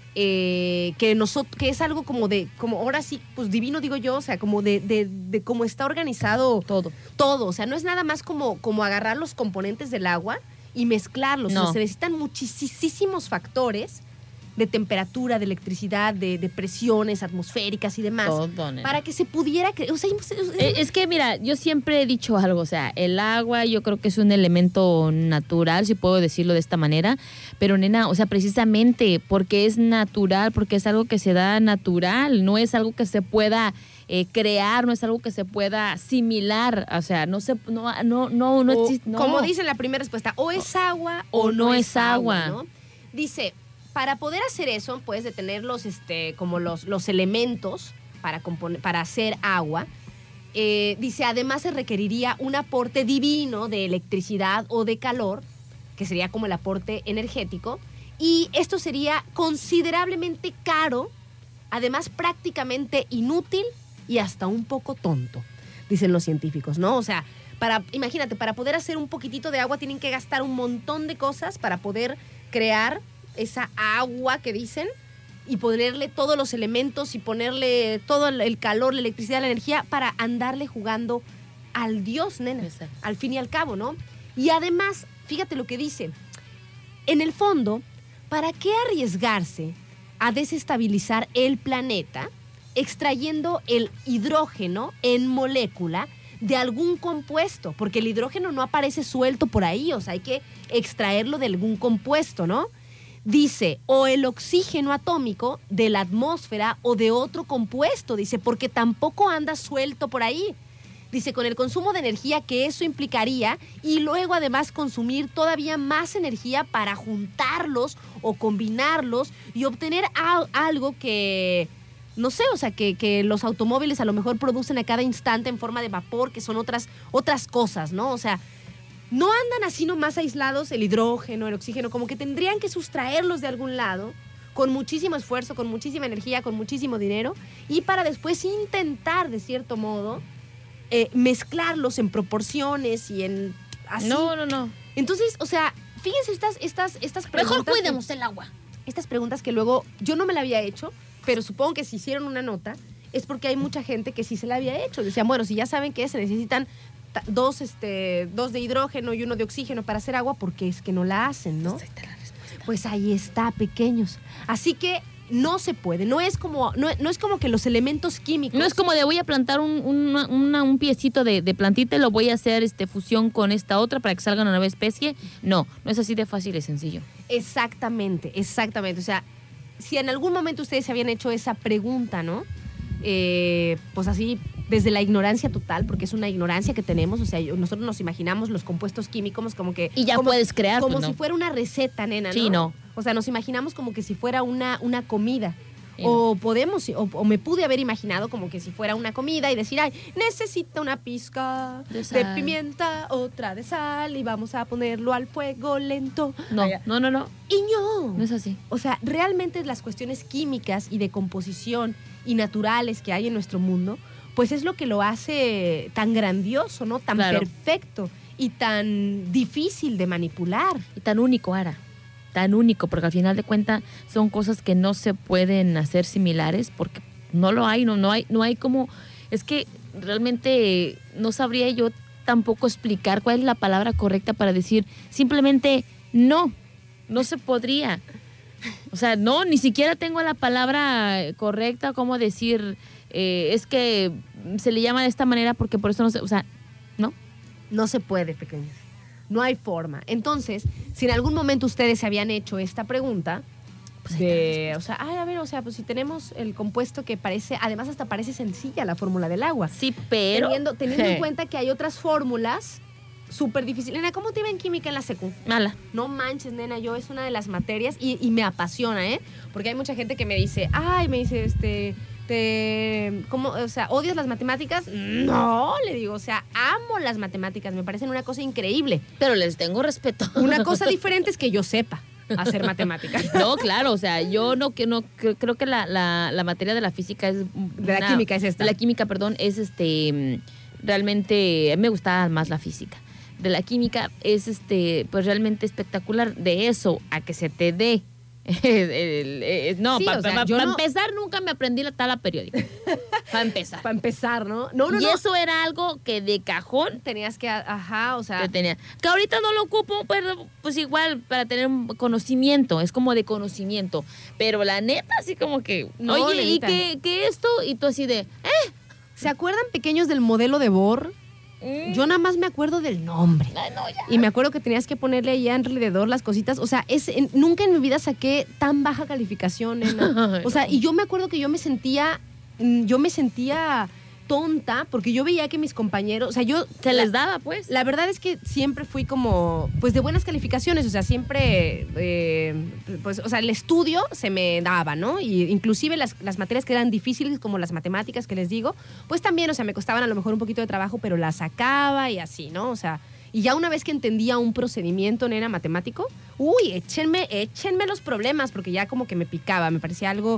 eh, que, nosotros, que es algo como de, como ahora sí, pues divino digo yo, o sea, como de, de, de cómo está organizado Todo. todo. O sea, no es nada más como, como agarrar los componentes del agua y mezclarlos. No. O sea, se necesitan muchísimos factores de temperatura, de electricidad, de, de presiones atmosféricas y demás. Todo, nena. Para que se pudiera crear. O sea, Eh, Es que, mira, yo siempre he dicho algo, o sea, el agua yo creo que es un elemento natural, si puedo decirlo de esta manera, pero nena, o sea, precisamente porque es natural, porque es algo que se da natural, no es algo que se pueda eh, crear, no es algo que se pueda asimilar, o sea, no se, no, no, no, no o, existe. No. Como dice en la primera respuesta, o es agua o, o no es agua. ¿no? Dice, para poder hacer eso, puedes de tener los, este, como los, los elementos para, compone- para hacer agua. Eh, dice, además se requeriría un aporte divino de electricidad o de calor, que sería como el aporte energético, y esto sería considerablemente caro, además prácticamente inútil y hasta un poco tonto, dicen los científicos, ¿no? O sea, para, imagínate, para poder hacer un poquitito de agua tienen que gastar un montón de cosas para poder crear esa agua que dicen y ponerle todos los elementos y ponerle todo el- el calor, la electricidad, la energía para andarle jugando al Dios, nena, Exacto. al fin y al cabo, ¿no? Y además, fíjate lo que dice, en el fondo, ¿para qué arriesgarse a desestabilizar el planeta extrayendo el hidrógeno en molécula de algún compuesto? Porque el hidrógeno no aparece suelto por ahí, o sea, hay que extraerlo de algún compuesto, ¿no? Dice, o el oxígeno atómico de la atmósfera o de otro compuesto, dice, porque tampoco anda suelto por ahí. Dice, con el consumo de energía que eso implicaría y luego además consumir todavía más energía para juntarlos o combinarlos y obtener a- algo que, no sé, o sea, que, que los automóviles a lo mejor producen a cada instante en forma de vapor, que son otras, otras cosas, ¿no? O sea, no andan así nomás aislados el hidrógeno, el oxígeno, como que tendrían que sustraerlos de algún lado, con muchísimo esfuerzo, con muchísima energía, con muchísimo dinero, y para después intentar, de cierto modo, eh, mezclarlos en proporciones y en así. No, no, no. Entonces, o sea, fíjense estas, estas, estas preguntas. Mejor cuidemos el agua. Estas preguntas que luego yo no me la había hecho, pero supongo que si hicieron una nota es porque hay mucha gente que sí se la había hecho. Decían, bueno, si ya saben que se necesitan ta- dos, este, dos de hidrógeno y uno de oxígeno para hacer agua, ¿por qué es que no la hacen, no? Esta está la respuesta. Pues ahí está, pequeños. Así que no se puede. No es como, no, no es como que los elementos químicos... No es como de voy a plantar un, una- una- un piecito de, de plantita y lo voy a hacer este, fusión con esta otra para que salga una nueva especie. No, no es así de fácil y sencillo. Exactamente, exactamente. O sea, si en algún momento ustedes se habían hecho esa pregunta, ¿no? Eh, pues así, desde la ignorancia total, porque es una ignorancia que tenemos, o sea, yo- nosotros nos imaginamos los compuestos químicos como que... Y ya como, puedes crear, Como pues, si no. fuera una receta, nena, ¿no? Sí, no. O sea, nos imaginamos como que si fuera una, una comida. Sí, O podemos, o, o me pude haber imaginado como que si fuera una comida y decir, ay, necesita una pizca De de, sal. pimienta, otra de sal y vamos a ponerlo al fuego lento. No, no, no, no. Y no. No es así. O sea, realmente las cuestiones químicas y de composición y naturales que hay en nuestro mundo, pues es lo que lo hace tan grandioso, ¿no? Tan Claro. perfecto y tan difícil de manipular. Y tan único, Ara. Tan único, porque al final de cuentas son cosas que no se pueden hacer similares porque no lo hay, no, no hay, no hay como... Es que realmente no sabría yo tampoco explicar cuál es la palabra correcta para decir simplemente no, no se podría. O sea, no, ni siquiera tengo la palabra correcta, como decir, eh, es que se le llama de esta manera porque por eso no se... O sea, no. No se puede, pequeños. No hay forma. Entonces, si en algún momento ustedes se habían hecho esta pregunta, Pues ahí está la de, respuesta. o sea, ay, a ver, o sea, pues si tenemos el compuesto que parece, además hasta parece sencilla la fórmula del agua. Sí, pero... Teniendo, teniendo en cuenta que hay otras fórmulas súper difíciles. Nena, ¿cómo te iba en química en la secu? Mala. No manches, nena, yo es una de las materias y, y me apasiona, ¿eh? Porque hay mucha gente que me dice, ay, me dice, este, te, ¿cómo? O sea, ¿odias las matemáticas? No, le digo, o sea, amo las matemáticas, me parecen una cosa increíble. Pero les tengo respeto. Una cosa diferente es que yo sepa hacer matemáticas. No, claro, o sea, yo no que no cre- creo que la, la, la materia de la física es De la química es esta. De la química, perdón, es este mm, realmente a mí me gustaba más la física. De la química es este pues realmente espectacular. De eso a que se te dé el- el- el- no, Sí, para o sea, yo no- empezar nunca me aprendí la tabla periódica. Para empezar. Para empezar, ¿no? No, no, y no. eso era algo que de cajón Tenías que, ajá, o sea, que tenía. Que ahorita no lo ocupo, pero pues igual para tener un conocimiento, es como de conocimiento. Pero la neta, así como que, No, oye, nenita. ¿y qué, qué esto? Y tú así de, ¿eh? ¿se acuerdan pequeños del modelo de Bohr? Mm. Yo nada más me acuerdo del nombre. Ay, no, ya. Y me acuerdo que tenías que ponerle ahí alrededor las cositas. O sea, es, en- nunca en mi vida saqué tan baja calificación, nena. O sea, y yo me acuerdo que yo me sentía, mm, yo me sentía tonta porque yo veía que mis compañeros, o sea, yo... Se la- les daba, pues. La verdad es que siempre fui como, pues de buenas calificaciones, o sea, siempre, eh, pues, o sea, el estudio se me daba, ¿no? Y inclusive las, las materias que eran difíciles, como las matemáticas que les digo, pues también, o sea, me costaban a lo mejor un poquito de trabajo, pero las sacaba y así, ¿no? O sea, y ya una vez que entendía un procedimiento, nena, matemático, uy, échenme, échenme los problemas, porque ya como que me picaba, me parecía algo,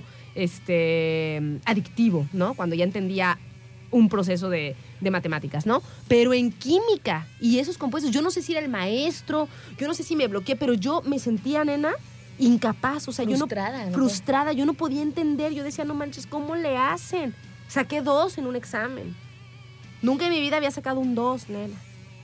este, adictivo, ¿no? Cuando ya entendía un proceso de, de matemáticas, ¿no? Pero en química y esos compuestos, yo no sé si era el maestro, yo no sé si me bloqueé, pero yo me sentía, nena, incapaz, o sea, Frustrada, yo ¿no? no... Frustrada, yo no podía entender, yo decía, no manches, ¿cómo le hacen? Saqué dos en un examen. Nunca en mi vida había sacado un dos, nena.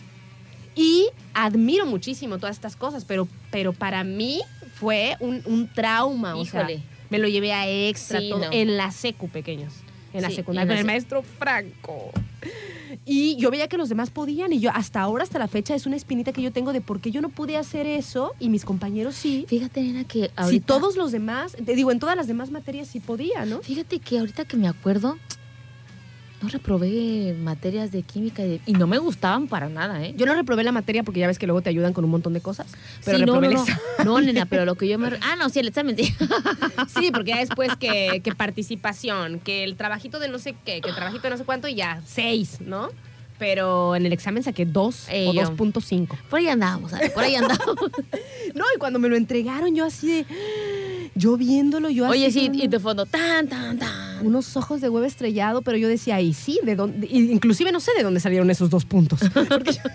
Y admiro muchísimo todas estas cosas, pero, pero para mí fue un, un trauma, o sea, Híjole. me lo llevé a extra, Sí, todo, no. en la secu, pequeños. En la Sí, secundaria, en la con el sec- maestro Franco. Y yo veía que los demás podían, y yo hasta ahora, hasta la fecha, es una espinita que yo tengo de por qué yo no pude hacer eso y mis compañeros sí. Fíjate, nena, que ahorita... Si todos los demás, te digo, en todas las demás materias sí podía, ¿no? Fíjate que ahorita que me acuerdo, no reprobé materias de química y, de- y no me gustaban para nada, ¿eh? Yo no reprobé la materia porque ya ves que luego te ayudan con un montón de cosas. Pero sí, no, reprobé no, el no. examen. No, nena, pero lo que yo me... Ah, no, sí, el examen, sí. Sí, porque ya después que, que participación, que el trabajito de no sé qué, que el trabajito de no sé cuánto y ya, seis, ¿no? pero en el examen saqué dos Ey, o yo. dos punto cinco. Por ahí andábamos, Ale, por ahí andábamos. No, y cuando me lo entregaron, yo así de... Yo viéndolo, yo así... Oye, sí, con y de fondo, tan, tan, tan. unos ojos de huevo estrellado, pero yo decía, ahí sí, de dónde... Inclusive no sé de dónde salieron esos dos puntos. Porque yo-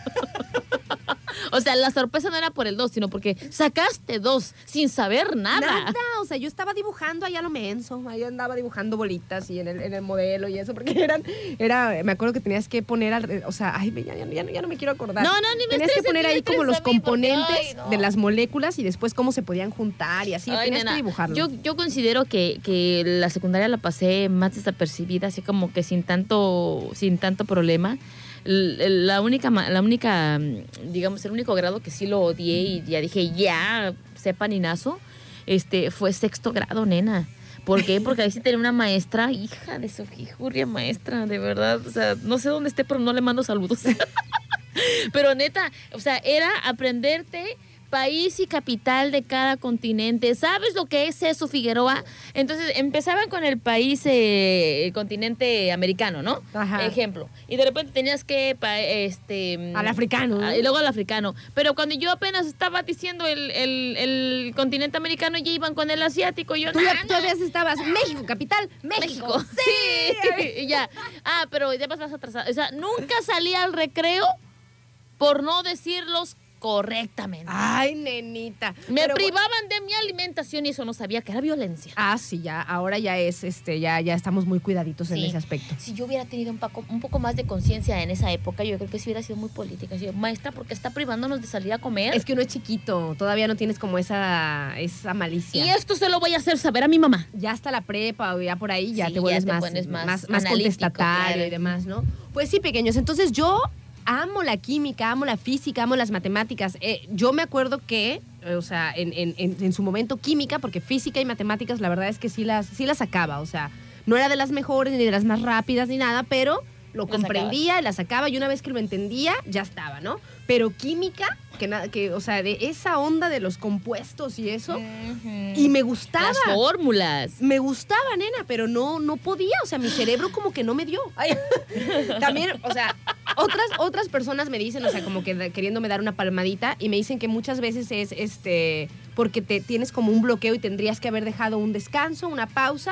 O sea, la sorpresa no era por el dos, sino porque sacaste dos sin saber nada. Nada, o sea, yo estaba dibujando allá lo menso, ahí andaba dibujando bolitas y en el, en el modelo y eso, porque eran, era, me acuerdo que tenías que poner, al, o sea, ay, ya, ya, ya, ya no me quiero acordar. No, no, ni me Tenías que estreses, poner ni me ahí como los estreses a mí, porque, componentes ay, no. de las moléculas y después cómo se podían juntar y así, Ay, tenías nena, que dibujarlo. Yo, yo considero que, que la secundaria la pasé más desapercibida, así como que sin tanto, sin tanto problema. L- La única, ma- la única, mm, digamos, el único grado que sí lo odié y ya dije, ya, sepa ninazo, este, fue sexto grado, nena. ¿Por qué? Porque ahí sí tenía una maestra, hija de su hijurria maestra, de verdad. O sea, no sé dónde esté, pero no le mando saludos. Pero neta, o sea, era aprenderte país y capital de cada continente. ¿Sabes lo que es eso, Figueroa? Entonces empezaban con el país, eh, el continente americano, ¿no? Ajá. Ejemplo. Y de repente tenías que, pa- este... Al africano, ¿no? ah, Y luego al africano. Pero cuando yo apenas estaba diciendo el, el, el continente americano, ya iban con el asiático. Y yo, Tú "Nah, ya no". todavía estabas, México, capital, México. México. Sí. Y ya. Ah, pero ya vas atrasado. O sea, nunca salí al recreo por no decirlos correctamente. Ay, nenita. Me Pero, privaban de mi alimentación y eso no sabía que era violencia. Ah, sí, ya, ahora ya es, este, ya, ya estamos muy cuidaditos en Sí. ese aspecto. Si yo hubiera tenido un poco, un poco más de conciencia en esa época, yo creo que sí hubiera sido muy política. Así, maestra, ¿por qué está privándonos de salir a comer? Es que uno es chiquito, todavía no tienes como esa, esa malicia. Y esto se lo voy a hacer saber a mi mamá. Ya hasta la prepa o ya por ahí ya Sí, te vuelves ya te más, pones más más, más analítico, contestatario claro. y demás, ¿no? Pues sí, pequeños. Entonces yo amo la química, amo la física, amo las matemáticas. Eh, yo me acuerdo que, eh, o sea, en, en, en, en su momento química, porque física y matemáticas la verdad es que sí las, sí las sacaba, o sea, no era de las mejores ni de las más rápidas ni nada, pero lo Lo comprendía, la sacaba y una vez que lo entendía, ya estaba, ¿no? Pero química, que nada, que, o sea, de esa onda de los compuestos y eso, y me gustaba. Las fórmulas. Me gustaba, nena, pero no, no podía. O sea, mi cerebro como que no me dio. Ay. También, o sea, otras, otras personas me dicen, o sea, como que da- queriéndome dar una palmadita, y me dicen que muchas veces es este porque te tienes como un bloqueo y tendrías que haber dejado un descanso, una pausa,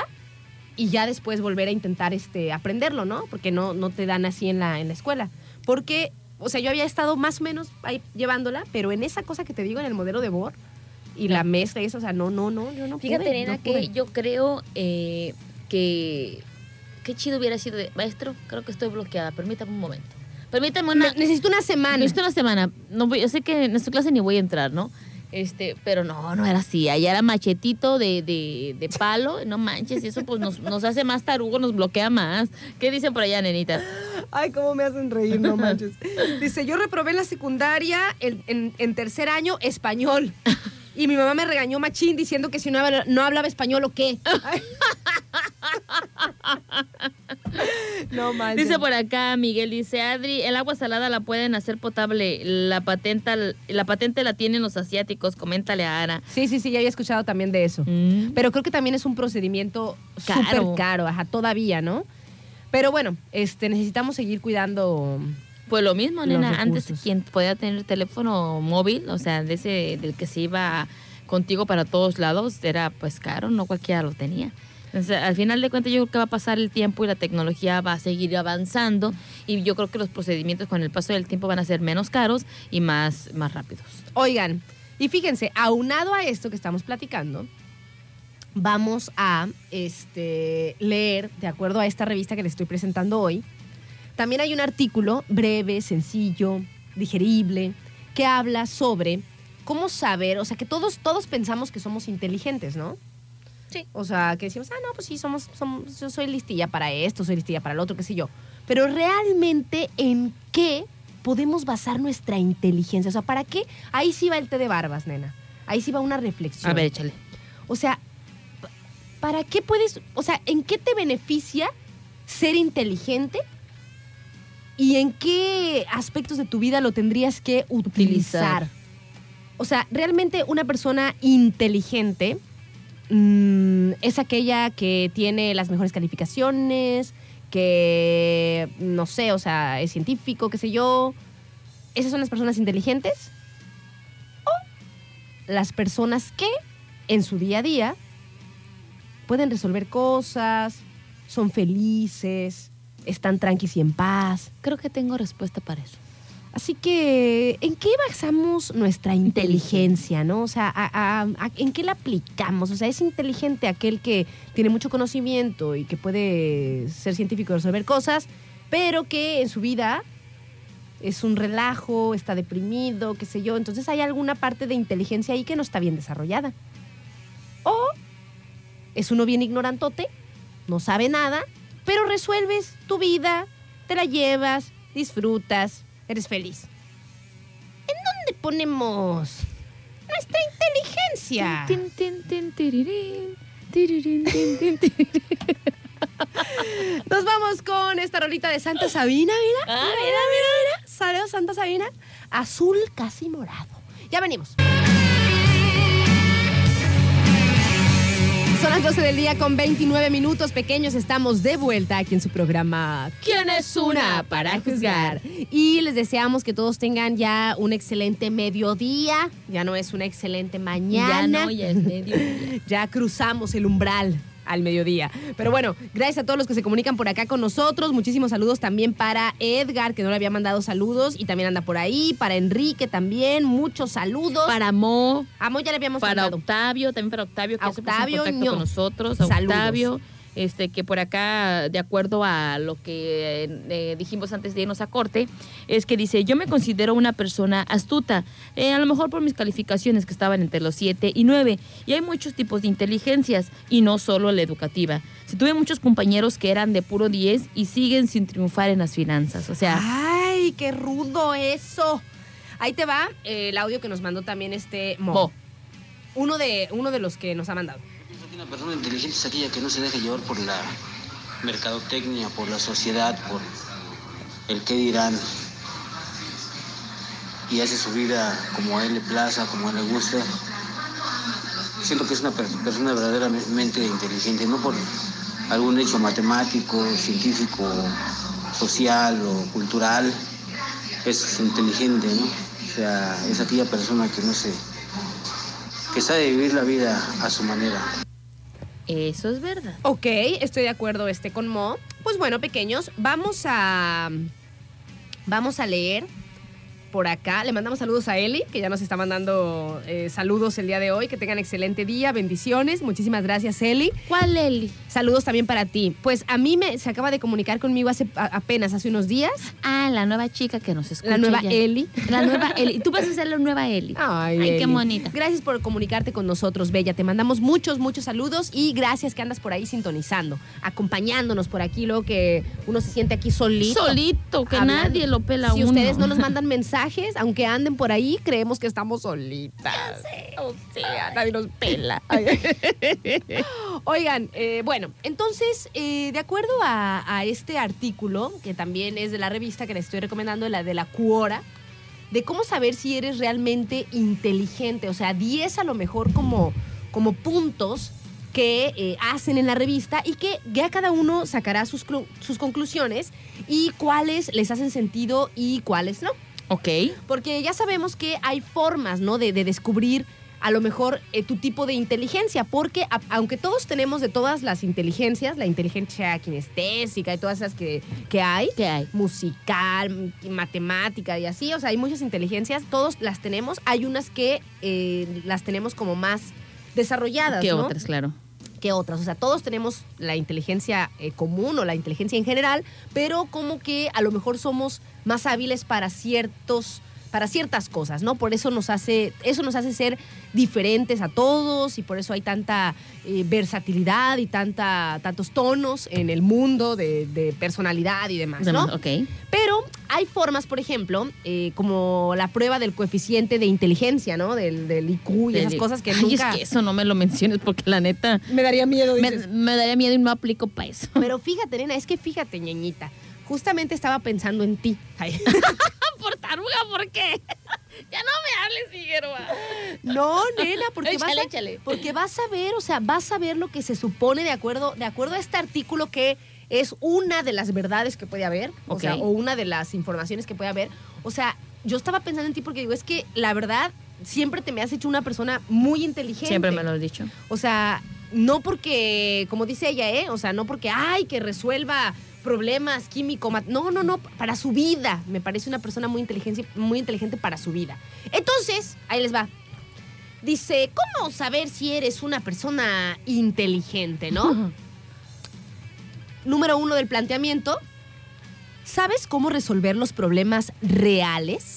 y ya después volver a intentar este aprenderlo, ¿no? Porque no, no te dan así en la, en la escuela. Porque, o sea, yo había estado más o menos ahí llevándola, pero en esa cosa que te digo, en el modelo de Bohr, y la mezcla y eso, o sea, no, no, no, yo no Fíjate, pude, nena, no pude. que yo creo eh, que qué chido hubiera sido de maestro. Creo que estoy bloqueada. Permítame un momento. Permítame una. Ne- necesito una semana. Necesito una semana. No voy, yo sé que en esta clase ni voy a entrar, ¿no? Este, pero no, no era así. Allá era machetito de, de, de palo. No manches, y eso pues nos, nos hace más tarugo, nos bloquea más. ¿Qué dicen por allá, nenita? Ay, cómo me hacen reír, no manches. Dice, yo reprobé en la secundaria en, en- en tercer año español. Y mi mamá me regañó machín diciendo que si no, habla- no hablaba español o qué. Ay. No manches. Dice por acá, Miguel, dice, Adri, el agua salada la pueden hacer potable. La patente, la patente la tienen los asiáticos. Coméntale a Ara. Sí, sí, sí, ya había escuchado también de eso. Mm. Pero creo que también es un procedimiento Caro. súper caro, ajá, todavía, ¿no? Pero bueno, este, necesitamos seguir cuidando. Pues lo mismo, Los nena. Antes recursos. quien podía tener teléfono móvil, o sea, de ese del que se iba contigo para todos lados, era pues caro, no cualquiera lo tenía. Entonces, al final de cuentas, yo creo que va a pasar el tiempo y la tecnología va a seguir avanzando y yo creo que los procedimientos con el paso del tiempo van a ser menos caros y más, más rápidos. Oigan, y fíjense, aunado a esto que estamos platicando, vamos a este, leer, de acuerdo a esta revista que les estoy presentando hoy, también hay un artículo breve, sencillo, digerible, que habla sobre cómo saber, o sea, que todos, todos pensamos que somos inteligentes, ¿no? Sí. O sea, que decimos, ah, no, pues sí, somos, somos, yo soy listilla para esto, soy listilla para el otro, qué sé yo. Pero realmente, ¿en qué podemos basar nuestra inteligencia? O sea, ¿para qué? Ahí sí va el té de barbas, nena. Ahí sí va una reflexión. A ver, échale. O sea, pa- ¿para qué puedes, o sea, en qué te beneficia ser inteligente? ¿Y en qué aspectos de tu vida lo tendrías que utilizar? Utilizar. O sea, realmente una persona inteligente mm, es aquella que tiene las mejores calificaciones, que, no sé, o sea, es científico, qué sé yo. ¿Esas son las personas inteligentes? ¿O las personas que en su día a día pueden resolver cosas, son felices, están tranquilos y en paz? Creo que tengo respuesta para eso. Así que, ¿en qué basamos nuestra inteligencia, no? O sea, a, a, a, ¿en qué la aplicamos? O sea, ¿es inteligente aquel que tiene mucho conocimiento y que puede ser científico y resolver cosas, pero que en su vida es un relajo, está deprimido, qué sé yo? Entonces hay alguna parte de inteligencia ahí que no está bien desarrollada. O es uno bien ignorantote, no sabe nada, pero resuelves tu vida, te la llevas, disfrutas, eres feliz. ¿En dónde ponemos nuestra inteligencia? Tin, tin, tin, tirirín, tirirín, tin, tin, tirirín. Nos vamos con esta rolita de Santa Sabina, mira. Ah, mira, mira, mira, mira. Sale Santa Sabina, azul casi morado. Ya venimos. Son las doce del día con veintinueve minutos, pequeños. Estamos de vuelta aquí en su programa ¿Quién es una para juzgar? Y les deseamos que todos tengan ya un excelente mediodía. Ya no es una excelente mañana. Ya no, ya es mediodía. Ya cruzamos el umbral al mediodía. Pero bueno, gracias a todos los que se comunican por acá con nosotros. Muchísimos saludos también para Edgar, que no le había mandado saludos y también anda por ahí. Para Enrique también, muchos saludos. Para Mo. A Mo ya le habíamos Para mandado. Octavio, también para Octavio, que A se puso en Octavio, contacto ño. con nosotros. A Saludos. Octavio, este, que por acá, de acuerdo a lo que eh, dijimos antes de irnos a corte, es que dice, yo me considero una persona astuta, eh, a lo mejor por mis calificaciones que estaban entre los siete y nueve, y hay muchos tipos de inteligencias, y no solo la educativa. Si tuve muchos compañeros que eran de puro diez y siguen sin triunfar en las finanzas, o sea... ¡Ay, qué rudo eso! Ahí te va eh, el audio que nos mandó también este Mo. Mo. Uno de, uno de los que nos ha mandado. Pienso que una persona inteligente es aquella que no se deja llevar por la mercadotecnia, por la sociedad, por el qué dirán, y hace su vida como a él le plaza, como a él le gusta. Siento que es una per- persona verdaderamente inteligente, no por algún hecho matemático, científico, social o cultural. Es inteligente, ¿no? O sea, es aquella persona que no se... que sabe vivir la vida a su manera. Eso es verdad. Ok, estoy de acuerdo este con Mo. Pues bueno, pequeños, vamos a vamos a leer por acá. Le mandamos saludos a Eli, que ya nos está mandando eh, saludos el día de hoy. Que tengan excelente día, bendiciones. Muchísimas gracias, Eli. ¿Cuál, Eli? Saludos también para ti. Pues a mí me se acaba de comunicar conmigo hace a- apenas hace unos días. Ah, la nueva chica que nos escucha. La nueva ya. Eli. La nueva Eli. Tú vas a ser la nueva Eli. Ay, Ay, Eli. qué bonita. Gracias por comunicarte con nosotros, Bella. Te mandamos muchos, muchos saludos y gracias que andas por ahí sintonizando, acompañándonos por aquí, luego que uno se siente aquí solito. Solito, que Hablando. nadie lo pela Si uno. ustedes no nos mandan mensajes, aunque anden por ahí, creemos que estamos solitas. O sea, nadie nos pela. Oigan, eh, bueno, entonces, eh, de acuerdo a, a este artículo, que también es de la revista que les estoy recomendando, la de la Quora, de cómo saber si eres realmente inteligente, o sea, diez a lo mejor como, como puntos que eh, hacen en la revista y que ya cada uno sacará sus, clu- sus conclusiones y cuáles les hacen sentido y cuáles no. Ok. Porque ya sabemos que hay formas, ¿no? De, de descubrir a lo mejor eh, tu tipo de inteligencia, porque a- aunque todos tenemos de todas las inteligencias, la inteligencia kinestésica y todas esas que, que hay, ¿Qué hay? musical, matemática y así, o sea, hay muchas inteligencias, todos las tenemos, hay unas que eh, las tenemos como más desarrolladas, ¿Qué ¿no? otras, claro? Que otras. O sea, todos tenemos la inteligencia eh, común o la inteligencia en general, pero como que a lo mejor somos más hábiles para ciertos para ciertas cosas, ¿no? Por eso nos hace eso nos hace ser diferentes a todos y por eso hay tanta eh, versatilidad y tanta tantos tonos en el mundo de, de personalidad y demás, ¿no? Ok. Pero hay formas, por ejemplo, eh, como la prueba del coeficiente de inteligencia, ¿no? Del, del I Q y esas Del- cosas que Ay, nunca... es que eso no me lo menciones porque la neta Me daría miedo, me, dices. me daría miedo y no aplico para eso. Pero fíjate, nena, es que fíjate, ñeñita. Justamente estaba pensando en ti. Ay. Por taruga, ¿por qué? Ya no me hables, Figueroa. No, nena, porque Échale, vas a, échale. porque vas a ver, o sea, vas a ver lo que se supone de acuerdo, de acuerdo a este artículo que es una de las verdades que puede haber, o Ok. sea, o una de las informaciones que puede haber. O sea, yo estaba pensando en ti porque digo, es que la verdad siempre te me has hecho una persona muy inteligente. Siempre me lo has dicho. O sea, no porque, como dice ella, ¿eh? O sea, no porque, ay, que resuelva problemas químicos. No, no, no, para su vida. Me parece una persona muy inteligente, muy inteligente para su vida. Entonces, ahí les va. Dice, ¿cómo saber si eres una persona inteligente, no? Número uno del planteamiento. ¿Sabes cómo resolver los problemas reales?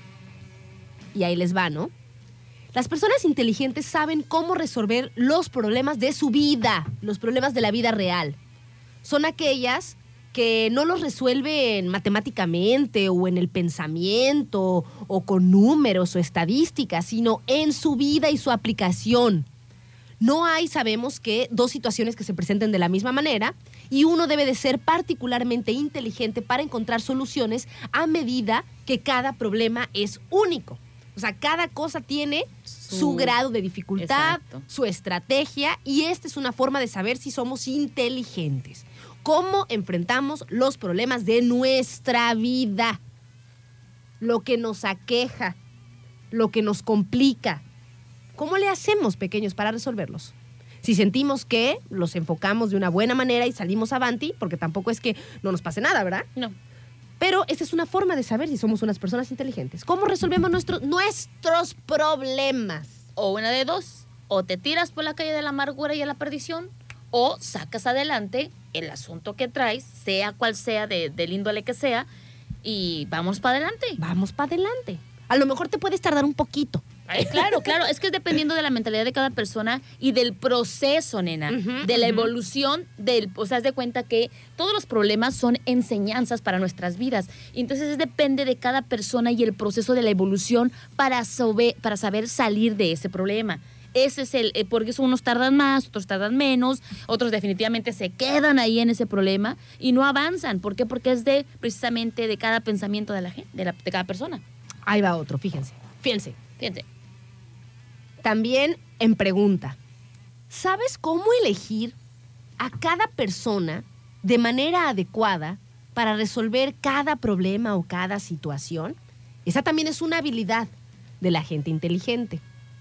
Y ahí les va, ¿no? Las personas inteligentes saben cómo resolver los problemas de su vida, los problemas de la vida real. Son aquellas que no los resuelven matemáticamente o en el pensamiento o con números o estadísticas, sino en su vida y su aplicación. No hay, sabemos que, dos situaciones que se presenten de la misma manera y uno debe de ser particularmente inteligente para encontrar soluciones a medida que cada problema es único. O sea, cada cosa tiene su, su grado de dificultad, exacto, su estrategia, y esta es una forma de saber si somos inteligentes. ¿Cómo enfrentamos los problemas de nuestra vida? Lo que nos aqueja, lo que nos complica. ¿Cómo le hacemos, pequeños, para resolverlos? Si sentimos que los enfocamos de una buena manera y salimos avanti, porque tampoco es que no nos pase nada, ¿verdad? No. Pero esta es una forma de saber si somos unas personas inteligentes. ¿Cómo resolvemos nuestros, nuestros problemas? O una de dos. O te tiras por la calle de la amargura y de la perdición, o sacas adelante el asunto que traes, sea cual sea, de, del índole que sea, y vamos para adelante. Vamos para adelante. A lo mejor te puedes tardar un poquito. Ay, claro, claro. Es que es dependiendo de la mentalidad de cada persona y del proceso, nena. Uh-huh, de la uh-huh. evolución del... O sea, haz de cuenta que todos los problemas son enseñanzas para nuestras vidas. Y entonces es depende de cada persona y el proceso de la evolución para, sobe, para saber salir de ese problema. Ese es el... Eh, porque unos tardan más, otros tardan menos, otros definitivamente se quedan ahí en ese problema y no avanzan. ¿Por qué? Porque es de precisamente de cada pensamiento de la gente, de, la, de cada persona. Ahí va otro, fíjense. Fíjense. Fíjense. También en pregunta, ¿sabes cómo elegir a cada persona de manera adecuada para resolver cada problema o cada situación? Esa también es una habilidad de la gente inteligente.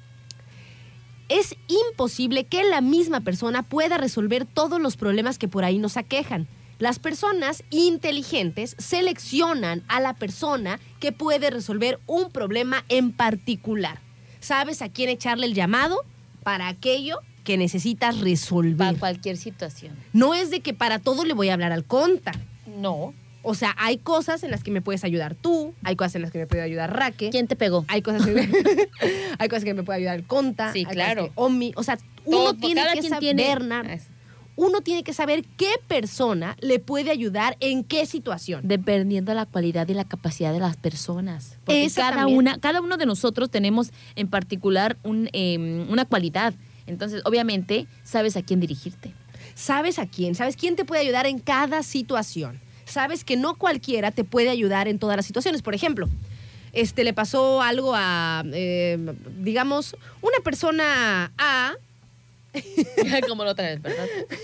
Es imposible que la misma persona pueda resolver todos los problemas que por ahí nos aquejan. Las personas inteligentes seleccionan a la persona que puede resolver un problema en particular. ¿Sabes a quién echarle el llamado? Para aquello que necesitas resolver. Para cualquier situación. No es de que para todo le voy a hablar al conta. No. O sea, hay cosas en las que me puedes ayudar tú, hay cosas en las que me puede ayudar Raque. ¿Quién te pegó? Hay cosas que, hay cosas que me puede ayudar el conta. Sí, hay claro. Que Omi. O sea, uno Todo, tiene cada que quien saber, tiene... Bernard, uno tiene que saber qué persona le puede ayudar en qué situación. Dependiendo de la cualidad y la capacidad de las personas. Porque Esa cada también. una, cada uno de nosotros tenemos en particular un, eh, una cualidad. Entonces, obviamente, sabes a quién dirigirte. Sabes a quién, sabes quién te puede ayudar en cada situación. Sabes que no cualquiera te puede ayudar en todas las situaciones. Por ejemplo, este, le pasó algo a, eh, digamos, una persona A. Como la otra vez, ¿verdad?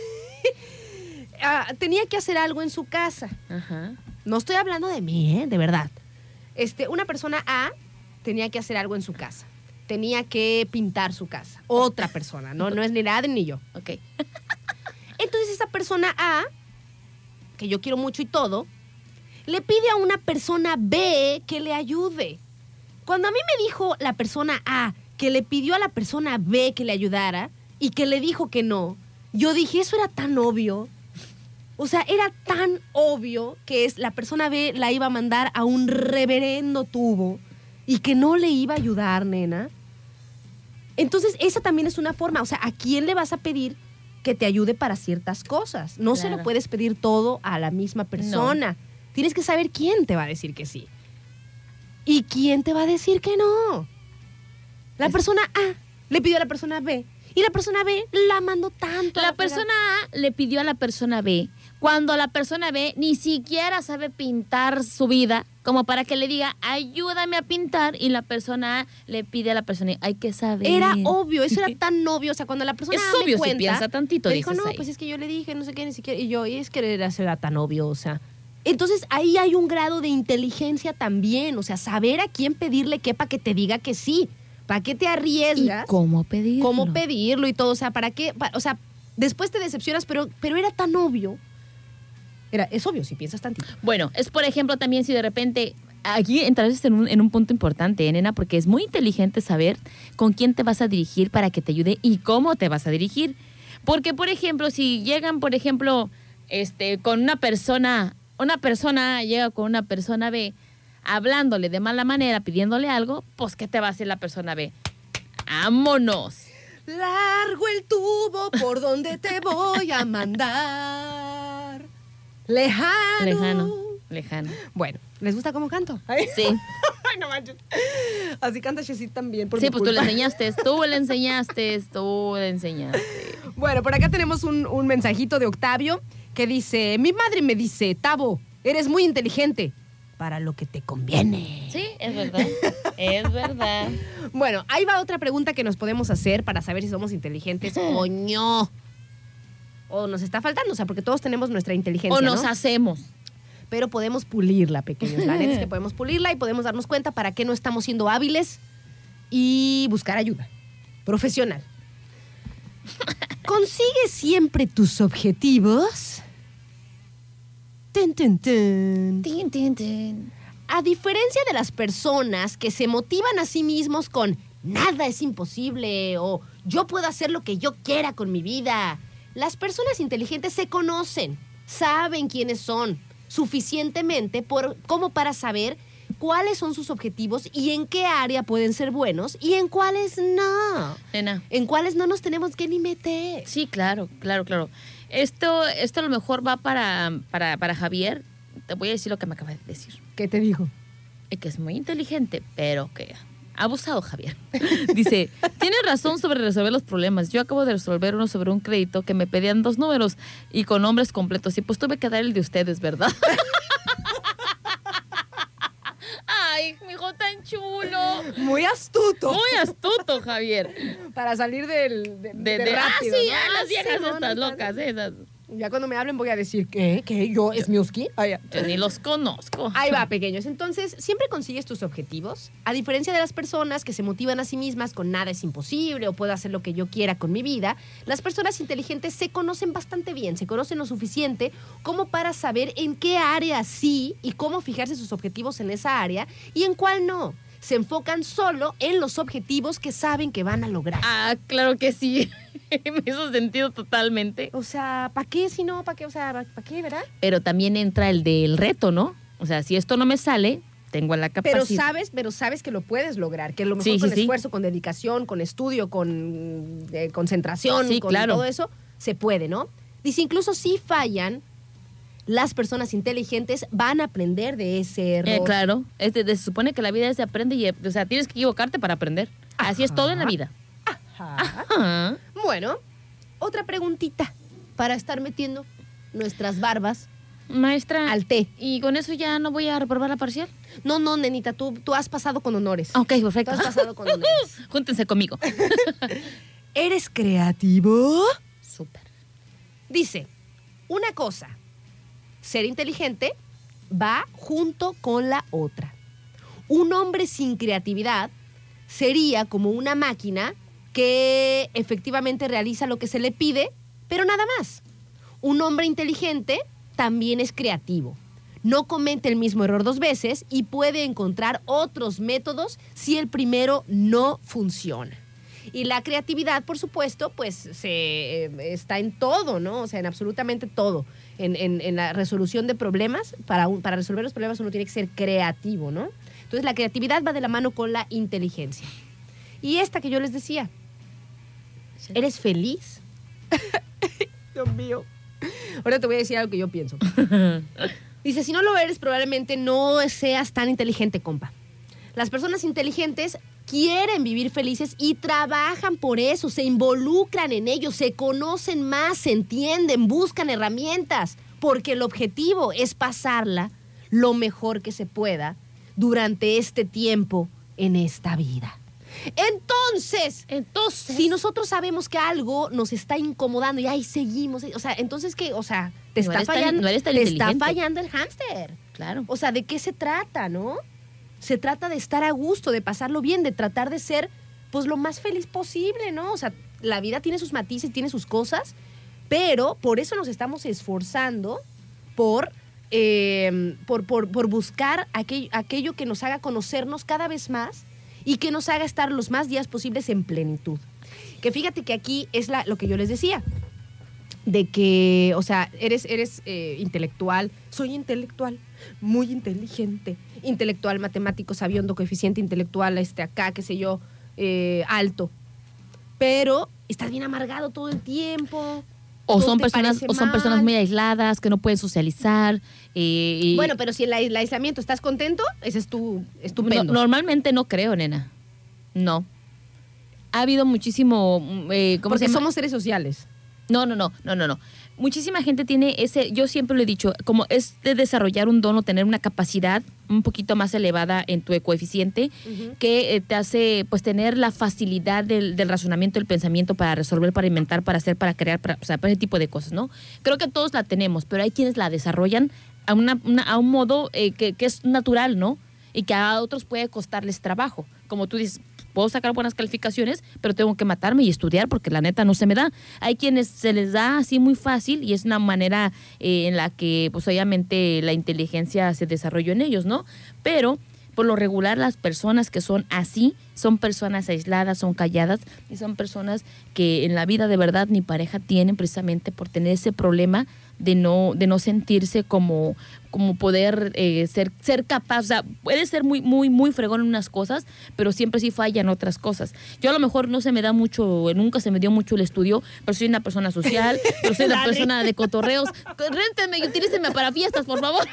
ah, tenía que hacer algo en su casa. Ajá. No estoy hablando de mí, ¿eh? De verdad. Este, una persona A tenía que hacer algo en su casa. Tenía que pintar su casa. Otra persona, no, no es ni Adri ni yo. Ok. Entonces esa persona A, que yo quiero mucho y todo, le pide a una persona B que le ayude. Cuando a mí me dijo la persona A que le pidió a la persona B que le ayudara y que le dijo que no, yo dije, eso era tan obvio. O sea, era tan obvio que es, la persona B la iba a mandar a un reverendo tubo y que no le iba a ayudar, nena. Entonces, esa también es una forma. O sea, ¿a quién le vas a pedir que te ayude para ciertas cosas? No Claro. se lo puedes pedir todo a la misma persona. No. Tienes que saber quién te va a decir que sí. ¿Y quién te va a decir que no? La es... persona A le pidió a la persona B. Y la persona B la mandó tanto. La persona A le pidió a la persona B Cuando la persona ve, ni siquiera sabe pintar su vida, como para que le diga, ayúdame a pintar, y la persona le pide a la persona, hay que saber. Era obvio, eso era tan obvio. O sea, cuando la persona Es me obvio, cuenta, si piensa tantito, me dijo, dices no, ahí. pues es que yo le dije, no sé qué, ni siquiera. Y yo, y es que era, era tan obvio, o sea. Entonces, ahí hay un grado de inteligencia también. O sea, saber a quién pedirle qué para que te diga que sí. ¿Para qué te arriesgas? ¿Y cómo pedirlo? Cómo pedirlo y todo. O sea, ¿para qué? Pa- o sea, después te decepcionas, pero, pero era tan obvio. Era, es obvio si piensas tantito. Bueno, es por ejemplo también si de repente, aquí entras en un, en un punto importante, ¿eh, nena? Porque es muy inteligente saber con quién te vas a dirigir para que te ayude y cómo te vas a dirigir. Porque, por ejemplo, si llegan, por ejemplo, este, con una persona, una persona A llega con una persona B, hablándole de mala manera, pidiéndole algo, pues, ¿qué te va a hacer la persona B? ¡Vámonos! Largo el tubo por donde te voy a mandar. Lejano. Lejano, lejano. Bueno, ¿les gusta cómo canto? Sí. Ay, no manches. Así canta Chesit también. Por Sí, mi pues tú le culpa. enseñaste, tú le enseñaste, tú le enseñaste. Bueno, por acá tenemos un, un mensajito de Octavio que dice: mi madre me dice, Tavo, eres muy inteligente para lo que te conviene. Sí, es verdad, es verdad. Bueno, ahí va otra pregunta que nos podemos hacer para saber si somos inteligentes o no. O nos está faltando, o sea, porque todos tenemos nuestra inteligencia, O nos ¿no? hacemos. Pero podemos pulirla, pequeños. La neta es que podemos pulirla y podemos darnos cuenta para qué no estamos siendo hábiles y buscar ayuda profesional. ¿Consigues siempre tus objetivos? Ten, ten, ten. Tin, tin, tin. A diferencia de las personas que se motivan a sí mismos con nada es imposible o yo puedo hacer lo que yo quiera con mi vida, las personas inteligentes se conocen, saben quiénes son suficientemente por, como para saber cuáles son sus objetivos y en qué área pueden ser buenos y en cuáles no. Nena. En cuáles no nos tenemos que ni meter. Sí, claro, claro, claro. Esto, esto a lo mejor va para, para, para Javier. Te voy a decir lo que me acaba de decir. ¿Qué te dijo? Es que es muy inteligente, pero que abusado, Javier. Dice, tienes razón sobre resolver los problemas. Yo acabo de resolver uno sobre un crédito que me pedían dos números y con nombres completos. Y pues tuve que dar el de ustedes, ¿verdad? Ay, mi hijo tan chulo. Muy astuto. Muy astuto, Javier. Para salir del, de, De, de de, ah, rápido, sí, ¿no? ah, las Ah, viejas sí, no, estas no, locas, no. esas. Ya cuando me hablen voy a decir, ¿qué? ¿Qué? ¿Yo? ¿Es Miuski? Ah, ya. Yo ni los conozco. Ahí va, pequeños. Entonces, ¿siempre consigues tus objetivos? A diferencia de las personas que se motivan a sí mismas con nada es imposible o puedo hacer lo que yo quiera con mi vida, las personas inteligentes se conocen bastante bien, se conocen lo suficiente como para saber en qué área sí y cómo fijarse sus objetivos en esa área y en cuál no. Se enfocan solo en los objetivos que saben que van a lograr. Ah, claro que sí. Me hizo sentido totalmente. O sea, ¿para qué si no? ¿Para qué? O sea, ¿para qué, verdad? Pero también entra el del reto, ¿no? O sea, si esto no me sale, tengo la capacidad. Pero sabes, pero sabes que lo puedes lograr, que lo mejor Sí, con sí, sí. esfuerzo, con dedicación, con estudio, con eh, concentración, Sí, con claro. todo eso, se puede, ¿no? Dice, incluso si fallan, las personas inteligentes van a aprender de ese error. Eh, claro, es de- de- se supone que la vida es de aprende y, o sea, tienes que equivocarte para aprender. Así es todo en la vida. Ajá. Ajá. Bueno, otra preguntita para estar metiendo nuestras barbas Maestra, al té. ¿y con eso ya no voy a reprobar la parcial? No, no, nenita, tú, tú has pasado con honores. Ok, Tú perfecto. has pasado con honores. Júntense conmigo. ¿Eres creativo? Súper. Dice, una cosa, ser inteligente va junto con la otra. Un hombre sin creatividad sería como una máquina que efectivamente realiza lo que se le pide, pero nada más. Un hombre inteligente también es creativo. No comete el mismo error dos veces y puede encontrar otros métodos si el primero no funciona. Y la creatividad, por supuesto, pues se, eh, está en todo, ¿no? O sea, en absolutamente todo. En, en- en la resolución de problemas, para, un- para resolver los problemas uno tiene que ser creativo, ¿no? Entonces la creatividad va de la mano con la inteligencia. Y esta que yo les decía, ¿eres feliz? Dios mío. Ahora te voy a decir algo que yo pienso. Dice, si no lo eres, probablemente no seas tan inteligente, compa. Las personas inteligentes quieren vivir felices y trabajan por eso, se involucran en ello, se conocen más, se entienden, buscan herramientas. porque el objetivo es pasarla lo mejor que se pueda durante este tiempo en esta vida. Entonces, Entonces, si nosotros sabemos que algo nos está incomodando y ahí seguimos, o sea, entonces que, o sea, te No está eres tan- fallando, no eres tan te está inteligente. fallando el hámster. claro. O sea, ¿de qué se trata, no? Se trata de estar a gusto, de pasarlo bien, de tratar de ser, pues, lo más feliz posible, ¿no? O sea, la vida tiene sus matices, tiene sus cosas, pero por eso nos estamos esforzando por, eh, por, por, por buscar aquello, aquello que nos haga conocernos cada vez más y que nos haga estar los más días posibles en plenitud. Que fíjate que aquí es la, lo que yo les decía, de que, o sea, eres, eres eh, intelectual, soy intelectual, muy inteligente, intelectual, matemático, sabiondo, coeficiente intelectual, este acá, qué sé yo, eh, alto. Pero estás bien amargado todo el tiempo. O todo son te personas, parece o son personas mal. muy aisladas que no pueden socializar. eh, y- Bueno, pero si en la- el aislamiento estás contento, ese es tu No, estupendo. normalmente no creo, nena. No. Ha habido muchísimo. mm, Eh, ¿cómo Porque se llama? somos seres sociales. No, no, no, no, no, no. Muchísima gente tiene ese, yo siempre lo he dicho, como es de desarrollar un don o tener una capacidad un poquito más elevada en tu coeficiente, Ujú. que eh, te hace pues tener la facilidad del, del razonamiento, del pensamiento para resolver, para inventar, para hacer, para crear, para, o sea, para ese tipo de cosas, ¿no? Creo que todos la tenemos, pero hay quienes la desarrollan a, una, una- a un modo eh, que, que es natural, ¿no? Y que a otros puede costarles trabajo. Como tú dices, puedo sacar buenas calificaciones, pero tengo que matarme y estudiar porque la neta no se me da. Hay quienes se les da así muy fácil y es una manera eh, en la que, pues obviamente, la inteligencia se desarrolló en ellos, ¿no? Pero, por lo regular, las personas que son así son personas aisladas, son calladas y son personas que en la vida de verdad ni pareja tienen precisamente por tener ese problema de no, de no sentirse como, como poder eh, ser, ser capaz. O sea, puede ser muy, muy, muy fregón en unas cosas, pero siempre sí falla en otras cosas. Yo a lo mejor no se me da mucho, nunca se me dio mucho el estudio, pero soy una persona social, pero soy una Dale. persona de cotorreos. Réntenme y utilícenme para fiestas, por favor.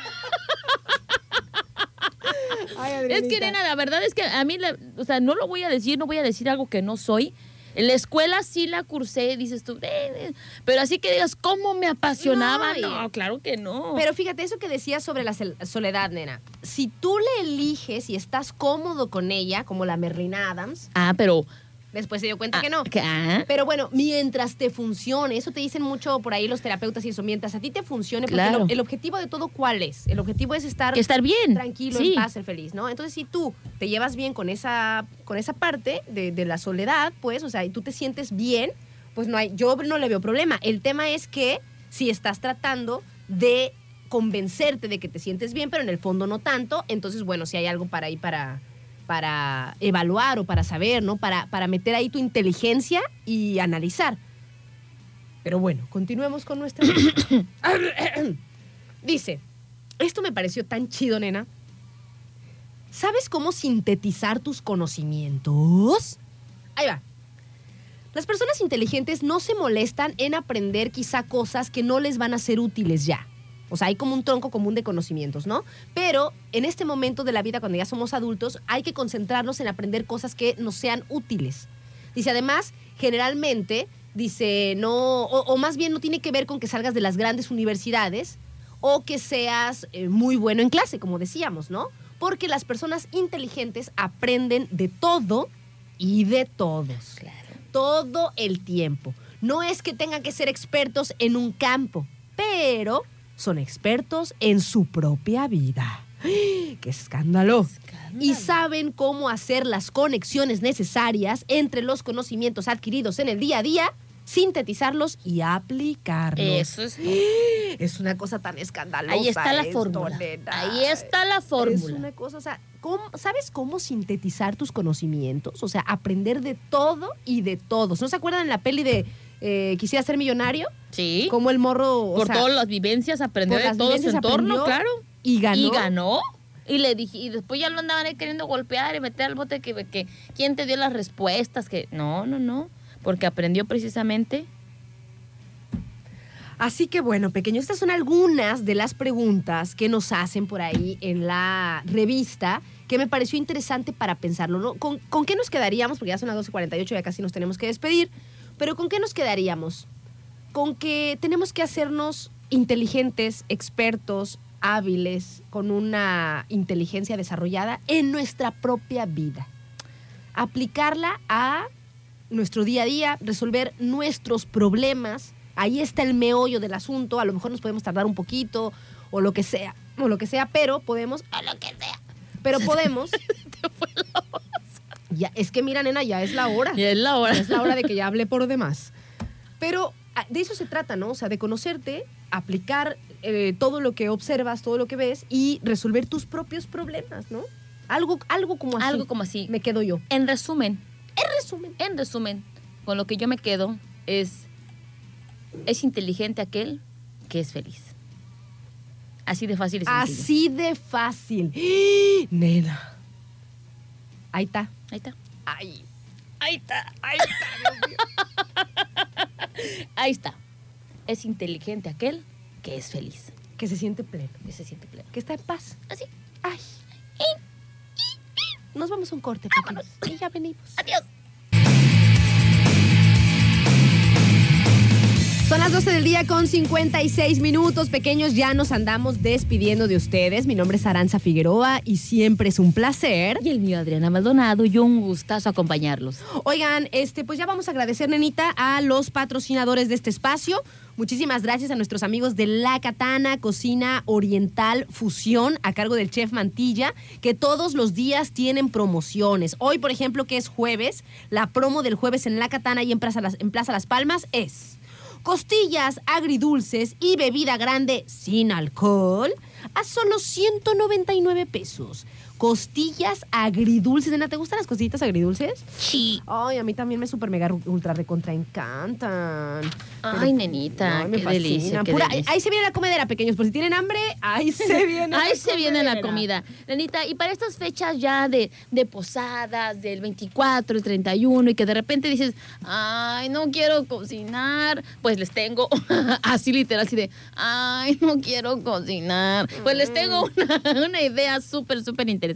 Es que, nena, la verdad es que a mí, la- o sea, no lo voy a decir, no voy a decir algo que no soy. En la escuela sí la cursé, dices tú, eh, eh, pero así que digas, ¿cómo me apasionaba? No, No, claro que no. Pero fíjate, eso que decías sobre la cel- soledad, nena. Si tú le eliges y estás cómodo con ella, como la Merlina Adams, ah, pero... después se dio cuenta ah, que no. que- ah, Pero bueno, mientras te funcione, eso te dicen mucho por ahí los terapeutas y eso, mientras a ti te funcione, porque Claro. lo- el objetivo de todo, ¿cuál es? El objetivo es estar que estar bien. tranquilo, Sí. en paz, ser feliz, ¿no? Entonces, si tú te llevas bien con esa, con esa parte de, de la soledad, pues, o sea, y tú te sientes bien, pues no hay, yo no le veo problema. El tema es que si estás tratando de convencerte de que te sientes bien, pero en el fondo no tanto, entonces, bueno, si hay algo para ahí para, para evaluar o para saber, ¿no? Para, para meter ahí tu inteligencia y analizar. Pero bueno, continuemos con nuestra... Dice, esto me pareció tan chido, nena. ¿Sabes cómo sintetizar tus conocimientos? Ahí va. Las personas inteligentes no se molestan en aprender quizá cosas que no les van a ser útiles ya. O sea, hay como un tronco común de conocimientos, ¿no? Pero en este momento de la vida, cuando ya somos adultos, hay que concentrarnos en aprender cosas que nos sean útiles. Dice, además, generalmente, dice, no, o, o más bien no tiene que ver con que salgas de las grandes universidades o que seas eh, muy bueno en clase, como decíamos, ¿no? Porque las personas inteligentes aprenden de todo y de todos. Claro. Todo el tiempo. No es que tengan que ser expertos en un campo, pero son expertos en su propia vida. ¡Qué escándalo! Y saben cómo hacer las conexiones necesarias entre los conocimientos adquiridos en el día a día, sintetizarlos y aplicarlos. Eso es todo. Es una cosa tan escandalosa. Ahí está la esto, fórmula. nena. Ahí está la Es fórmula. una cosa, o sea, ¿cómo- ¿sabes cómo sintetizar tus conocimientos? O sea, aprender de todo y de todos. ¿No se acuerdan en la peli de eh, Quisiera ser millonario? Sí. Cómo el morro, o Por sea, todas las vivencias, aprendió por de las todo su vivencias entorno, aprendió claro. y ganó. Y ganó. Y le dije, y después ya lo andaban ahí queriendo golpear y meter al bote que, que quién te dio las respuestas, que no, no, no, porque aprendió precisamente. Así que bueno, pequeño, estas son algunas de las preguntas que nos hacen por ahí en la revista que me pareció interesante para pensarlo, ¿no? ¿Con, con qué nos quedaríamos? Porque ya son las doce cuarenta y ocho, ya casi nos tenemos que despedir. Pero ¿con qué nos quedaríamos? Con que tenemos que hacernos inteligentes, expertos, hábiles, con una inteligencia desarrollada en nuestra propia vida. Aplicarla a nuestro día a día, resolver nuestros problemas. Ahí está el meollo del asunto. A lo mejor nos podemos tardar un poquito o lo que sea, o lo que sea, pero podemos, o lo que sea, pero podemos. Te fue la voz. Ya, es que mira, nena, ya es la hora. Ya es la hora. Ya es la hora de que ya hable por demás. Pero de eso se trata, ¿no? O sea, de conocerte, aplicar eh, todo lo que observas, todo lo que ves y resolver tus propios problemas, ¿no? Algo, algo como así. Algo como así. Me quedo yo. En resumen, En resumen. en resumen, con lo que yo me quedo es, es inteligente aquel que es feliz. Así de fácil y sencillo. Así de fácil. Nena. Ahí está. Ahí está. Ahí. Ahí está. Ahí está, Dios mío. Ahí está. Es inteligente aquel que es feliz, Que se siente pleno. que se siente pleno. Que está en paz. Así. Ay. Nos vamos a un corte, pequeños. Y ya venimos. Adiós. Son las doce del día con cincuenta y seis minutos, pequeños, ya nos andamos despidiendo de ustedes. Mi nombre es Aranza Figueroa y siempre es un placer. Y el mío, Adriana Maldonado, y un gustazo acompañarlos. Oigan, este, pues ya vamos a agradecer, nenita, a los patrocinadores de este espacio. Muchísimas gracias a nuestros amigos de La Katana, Cocina Oriental Fusión, a cargo del chef Mantilla, que todos los días tienen promociones. Hoy, por ejemplo, que es jueves, la promo del jueves en La Katana y en Plaza Las, en Plaza Las Palmas es costillas agridulces y bebida grande sin alcohol a solo ciento noventa y nueve pesos. Costillas agridulces. Nena, ¿te gustan las costillitas agridulces? Sí. Ay, a mí también me super mega ultra recontra encantan. Ay, Pero, nenita, ay, me qué fascina. delicia, qué Pura- delicia. Ahí se viene la comedera, pequeños. Por si tienen hambre, ahí se viene Ahí la se viene la comedera. comida. Nenita, y para estas fechas ya de, de posadas, del veinticuatro, el treinta y uno, y que de repente dices, ay, no quiero cocinar, pues les tengo, así literal, así de, ay, no quiero cocinar. Pues les tengo una, una idea súper, súper interesante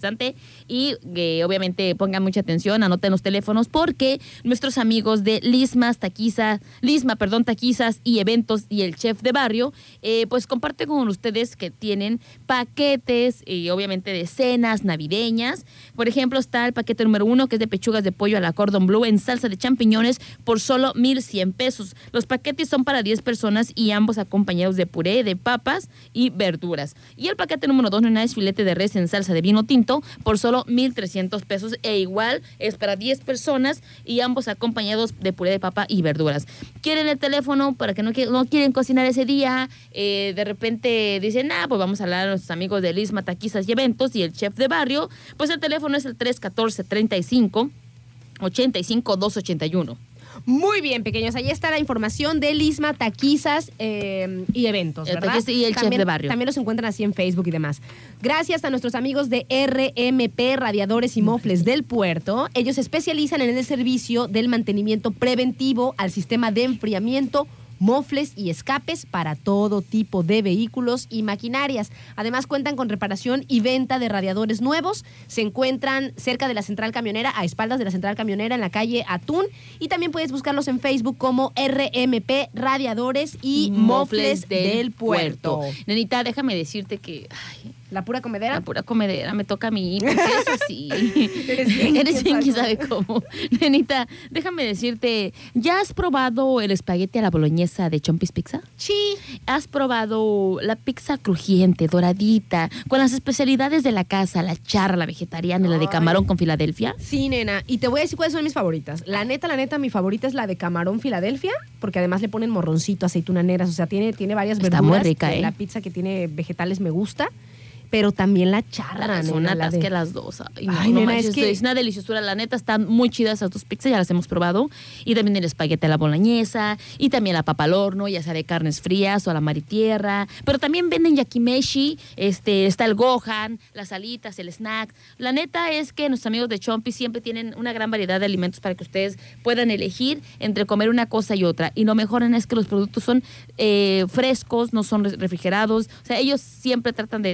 y que obviamente pongan mucha atención, anoten los teléfonos, porque nuestros amigos de Lismas Taquiza, Lisma, perdón, Taquizas y Eventos y el Chef de Barrio, eh, pues comparten con ustedes que tienen paquetes, y obviamente de cenas navideñas. Por ejemplo, está el paquete número uno, que es de pechugas de pollo a la cordon bleu en salsa de champiñones por solo mil cien pesos. Los paquetes son para diez personas y ambos acompañados de puré de papas y verduras. Y el paquete número dos, no es filete de res en salsa de vino tinto por solo mil trescientos pesos, e igual es para diez personas y ambos acompañados de puré de papa y verduras. ¿Quieren el teléfono para que no, no quieren cocinar ese día? Eh, de repente dicen, ah, pues vamos a hablar a nuestros amigos de Lisma, Taquizas y Eventos y el Chef de Barrio. Pues el teléfono es el tres uno cuatro, treinta y cinco, ochenta y cinco, doscientos ochenta y uno. Muy bien, pequeños. Ahí está la información de Lisma, Taquizas eh, y Eventos, El ¿verdad? Taquiza y el también, Chef de Barrio. También los encuentran así en Facebook y demás. Gracias a nuestros amigos de R M P Radiadores y Mofles del Puerto. Ellos se especializan en el servicio del mantenimiento preventivo al sistema de enfriamiento, mofles y escapes para todo tipo de vehículos y maquinarias. Además, cuentan con reparación y venta de radiadores nuevos. Se encuentran cerca de la central camionera, a espaldas de la central camionera, en la calle Atún. Y también puedes buscarlos en Facebook como R M P Radiadores y Mofles del Puerto. Nenita, déjame decirte que... ay, La pura comedera. la pura comedera me toca a mí, porque eso sí. Eres bien, Eres bien, quién quién sabe cómo. Nenita, déjame decirte, ¿ya has probado el espagueti a la boloñesa de Chompis Pizza? Sí. ¿Has probado la pizza crujiente, doradita, con las especialidades de la casa, la charra, la vegetariana y la de Ay. camarón con Filadelfia? Sí, nena. Y te voy a decir cuáles son mis favoritas. La neta, la neta, mi favorita es la de camarón Filadelfia, porque además le ponen morroncito, aceituna negras, o sea, tiene, tiene varias Está verduras. muy rica, que ¿eh? La pizza que tiene vegetales me gusta. Pero también la charra, Las nena, una la de- que las dos. Ay, no, Ay, no nena, manches, es que- es una deliciosura. La neta, están muy chidas esas dos pizzas, ya las hemos probado. Y también el espagueti a la boloñesa, y también la papa al horno, ya sea de carnes frías o a la mar y tierra. Pero también venden yakimeshi, este, está el gohan, las alitas, el snack. La neta es que nuestros amigos de Chompi siempre tienen una gran variedad de alimentos para que ustedes puedan elegir entre comer una cosa y otra. Y lo mejor es que los productos son eh, frescos, no son refrigerados. O sea, ellos siempre tratan de, de ver esta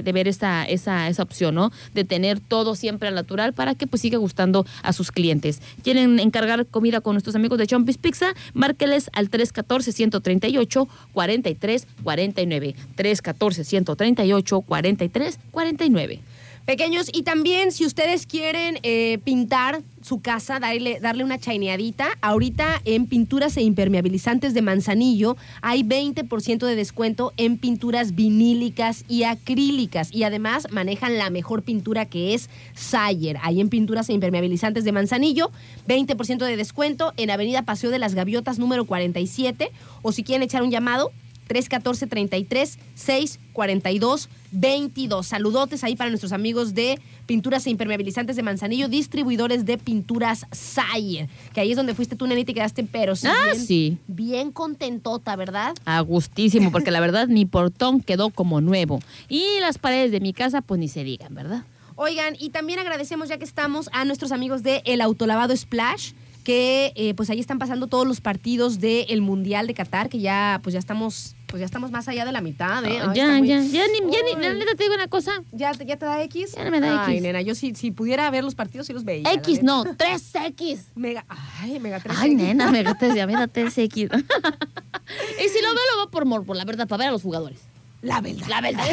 esa, esa, esa opción, ¿no? De tener todo siempre al natural para que pues siga gustando a sus clientes. ¿Quieren encargar comida con nuestros amigos de Chompis Pizza? Márqueles al tres uno cuatro, uno tres ocho, cuatro tres cuatro nueve. tres uno cuatro, uno tres ocho, cuatro tres cuatro nueve. Pequeños, y también si ustedes quieren eh, pintar su casa, darle, darle una chaineadita, ahorita en Pinturas e Impermeabilizantes de Manzanillo hay veinte por ciento de descuento en pinturas vinílicas y acrílicas, y además manejan la mejor pintura, que es Sayer. Ahí en Pinturas e Impermeabilizantes de Manzanillo, veinte por ciento de descuento en Avenida Paseo de las Gaviotas número cuarenta y siete, o si quieren echar un llamado, tres uno cuatro, treinta y tres, seis cuarenta y dos, veintidós. Saludotes ahí para nuestros amigos de Pinturas e Impermeabilizantes de Manzanillo, distribuidores de pinturas Sayer, que ahí es donde fuiste tú, nenita, y quedaste, pero sí, ah, bien, sí. bien contentota, ¿verdad? A gustísimo, porque la verdad mi portón quedó como nuevo. Y las paredes de mi casa, pues ni se digan, ¿verdad? Oigan, y también agradecemos, ya que estamos, a nuestros amigos de El Autolavado Splash, que eh, pues ahí están pasando todos los partidos del Mundial de Qatar, que ya pues ya estamos pues ya estamos más allá de la mitad, ¿eh? Oh, Ay, ya, muy... ya, ya, ni, ya ni, la neta te digo una cosa. ¿Ya, ¿Ya te da X? Ya no me da Ay, X. nena, yo si, si pudiera ver los partidos, sí los veía. X no, tres X. Mega, ay, Mega tres X. Ay, nena, Mega tres, ya mira tres X. Y si lo veo, lo veo por morbo, la verdad, para ver a los jugadores. La verdad. La verdad.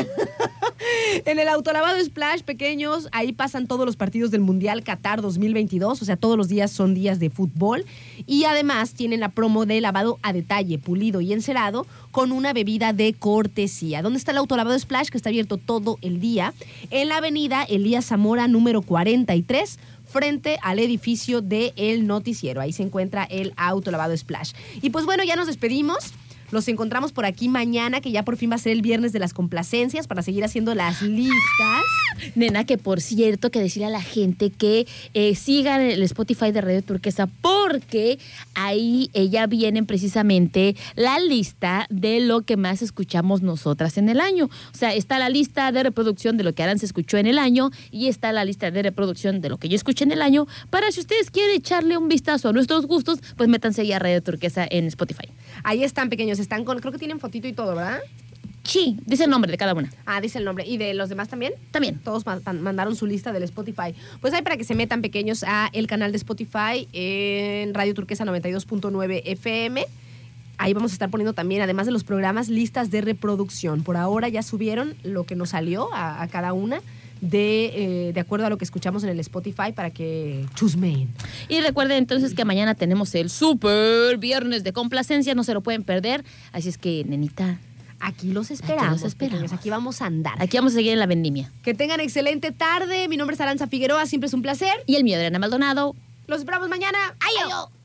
En el Autolavado Splash, pequeños, ahí pasan todos los partidos del Mundial Qatar dos mil veintidós, o sea, todos los días son días de fútbol, y además tienen la promo de lavado a detalle, pulido y encerado, con una bebida de cortesía. ¿Dónde está el Autolavado Splash? Que está abierto todo el día, en la avenida Elías Zamora, número cuarenta y tres, frente al edificio de El Noticiero. Ahí se encuentra el Autolavado Splash. Y pues bueno, ya nos despedimos. Los encontramos por aquí mañana, que ya por fin va a ser el viernes de las complacencias, para seguir haciendo las listas. Nena, que por cierto, que decirle a la gente que eh, sigan el Spotify de Radio Turquesa, porque ahí eh, ya vienen precisamente la lista de lo que más escuchamos nosotras en el año. O sea, está la lista de reproducción de lo que Aran se escuchó en el año, y está la lista de reproducción de lo que yo escuché en el año, para si ustedes quieren echarle un vistazo a nuestros gustos, pues métanse ya a Radio Turquesa en Spotify. Ahí están, pequeños, están con, creo que tienen fotito y todo, ¿verdad? Sí, dice el nombre de cada una. Ah, dice el nombre. ¿Y de los demás también? También. Todos ma- mandaron su lista del Spotify. Pues hay para que se metan, pequeños, a el canal de Spotify en Radio Turquesa noventa y dos punto nueve F M. Ahí vamos a estar poniendo también, además de los programas, listas de reproducción. Por ahora ya subieron lo que nos salió a, a cada una, de, eh, de acuerdo a lo que escuchamos en el Spotify, para que chusmeen. Y recuerden entonces que mañana tenemos el super viernes de complacencia, no se lo pueden perder. Así es que, nenita, Aquí los esperamos, Aquí los esperamos. pequeños. Aquí vamos a andar. aquí vamos a seguir en la vendimia. Que tengan excelente tarde. Mi nombre es Aranza Figueroa, siempre es un placer. Y el mío, Adriana Maldonado. Los esperamos mañana. ¡Ayo!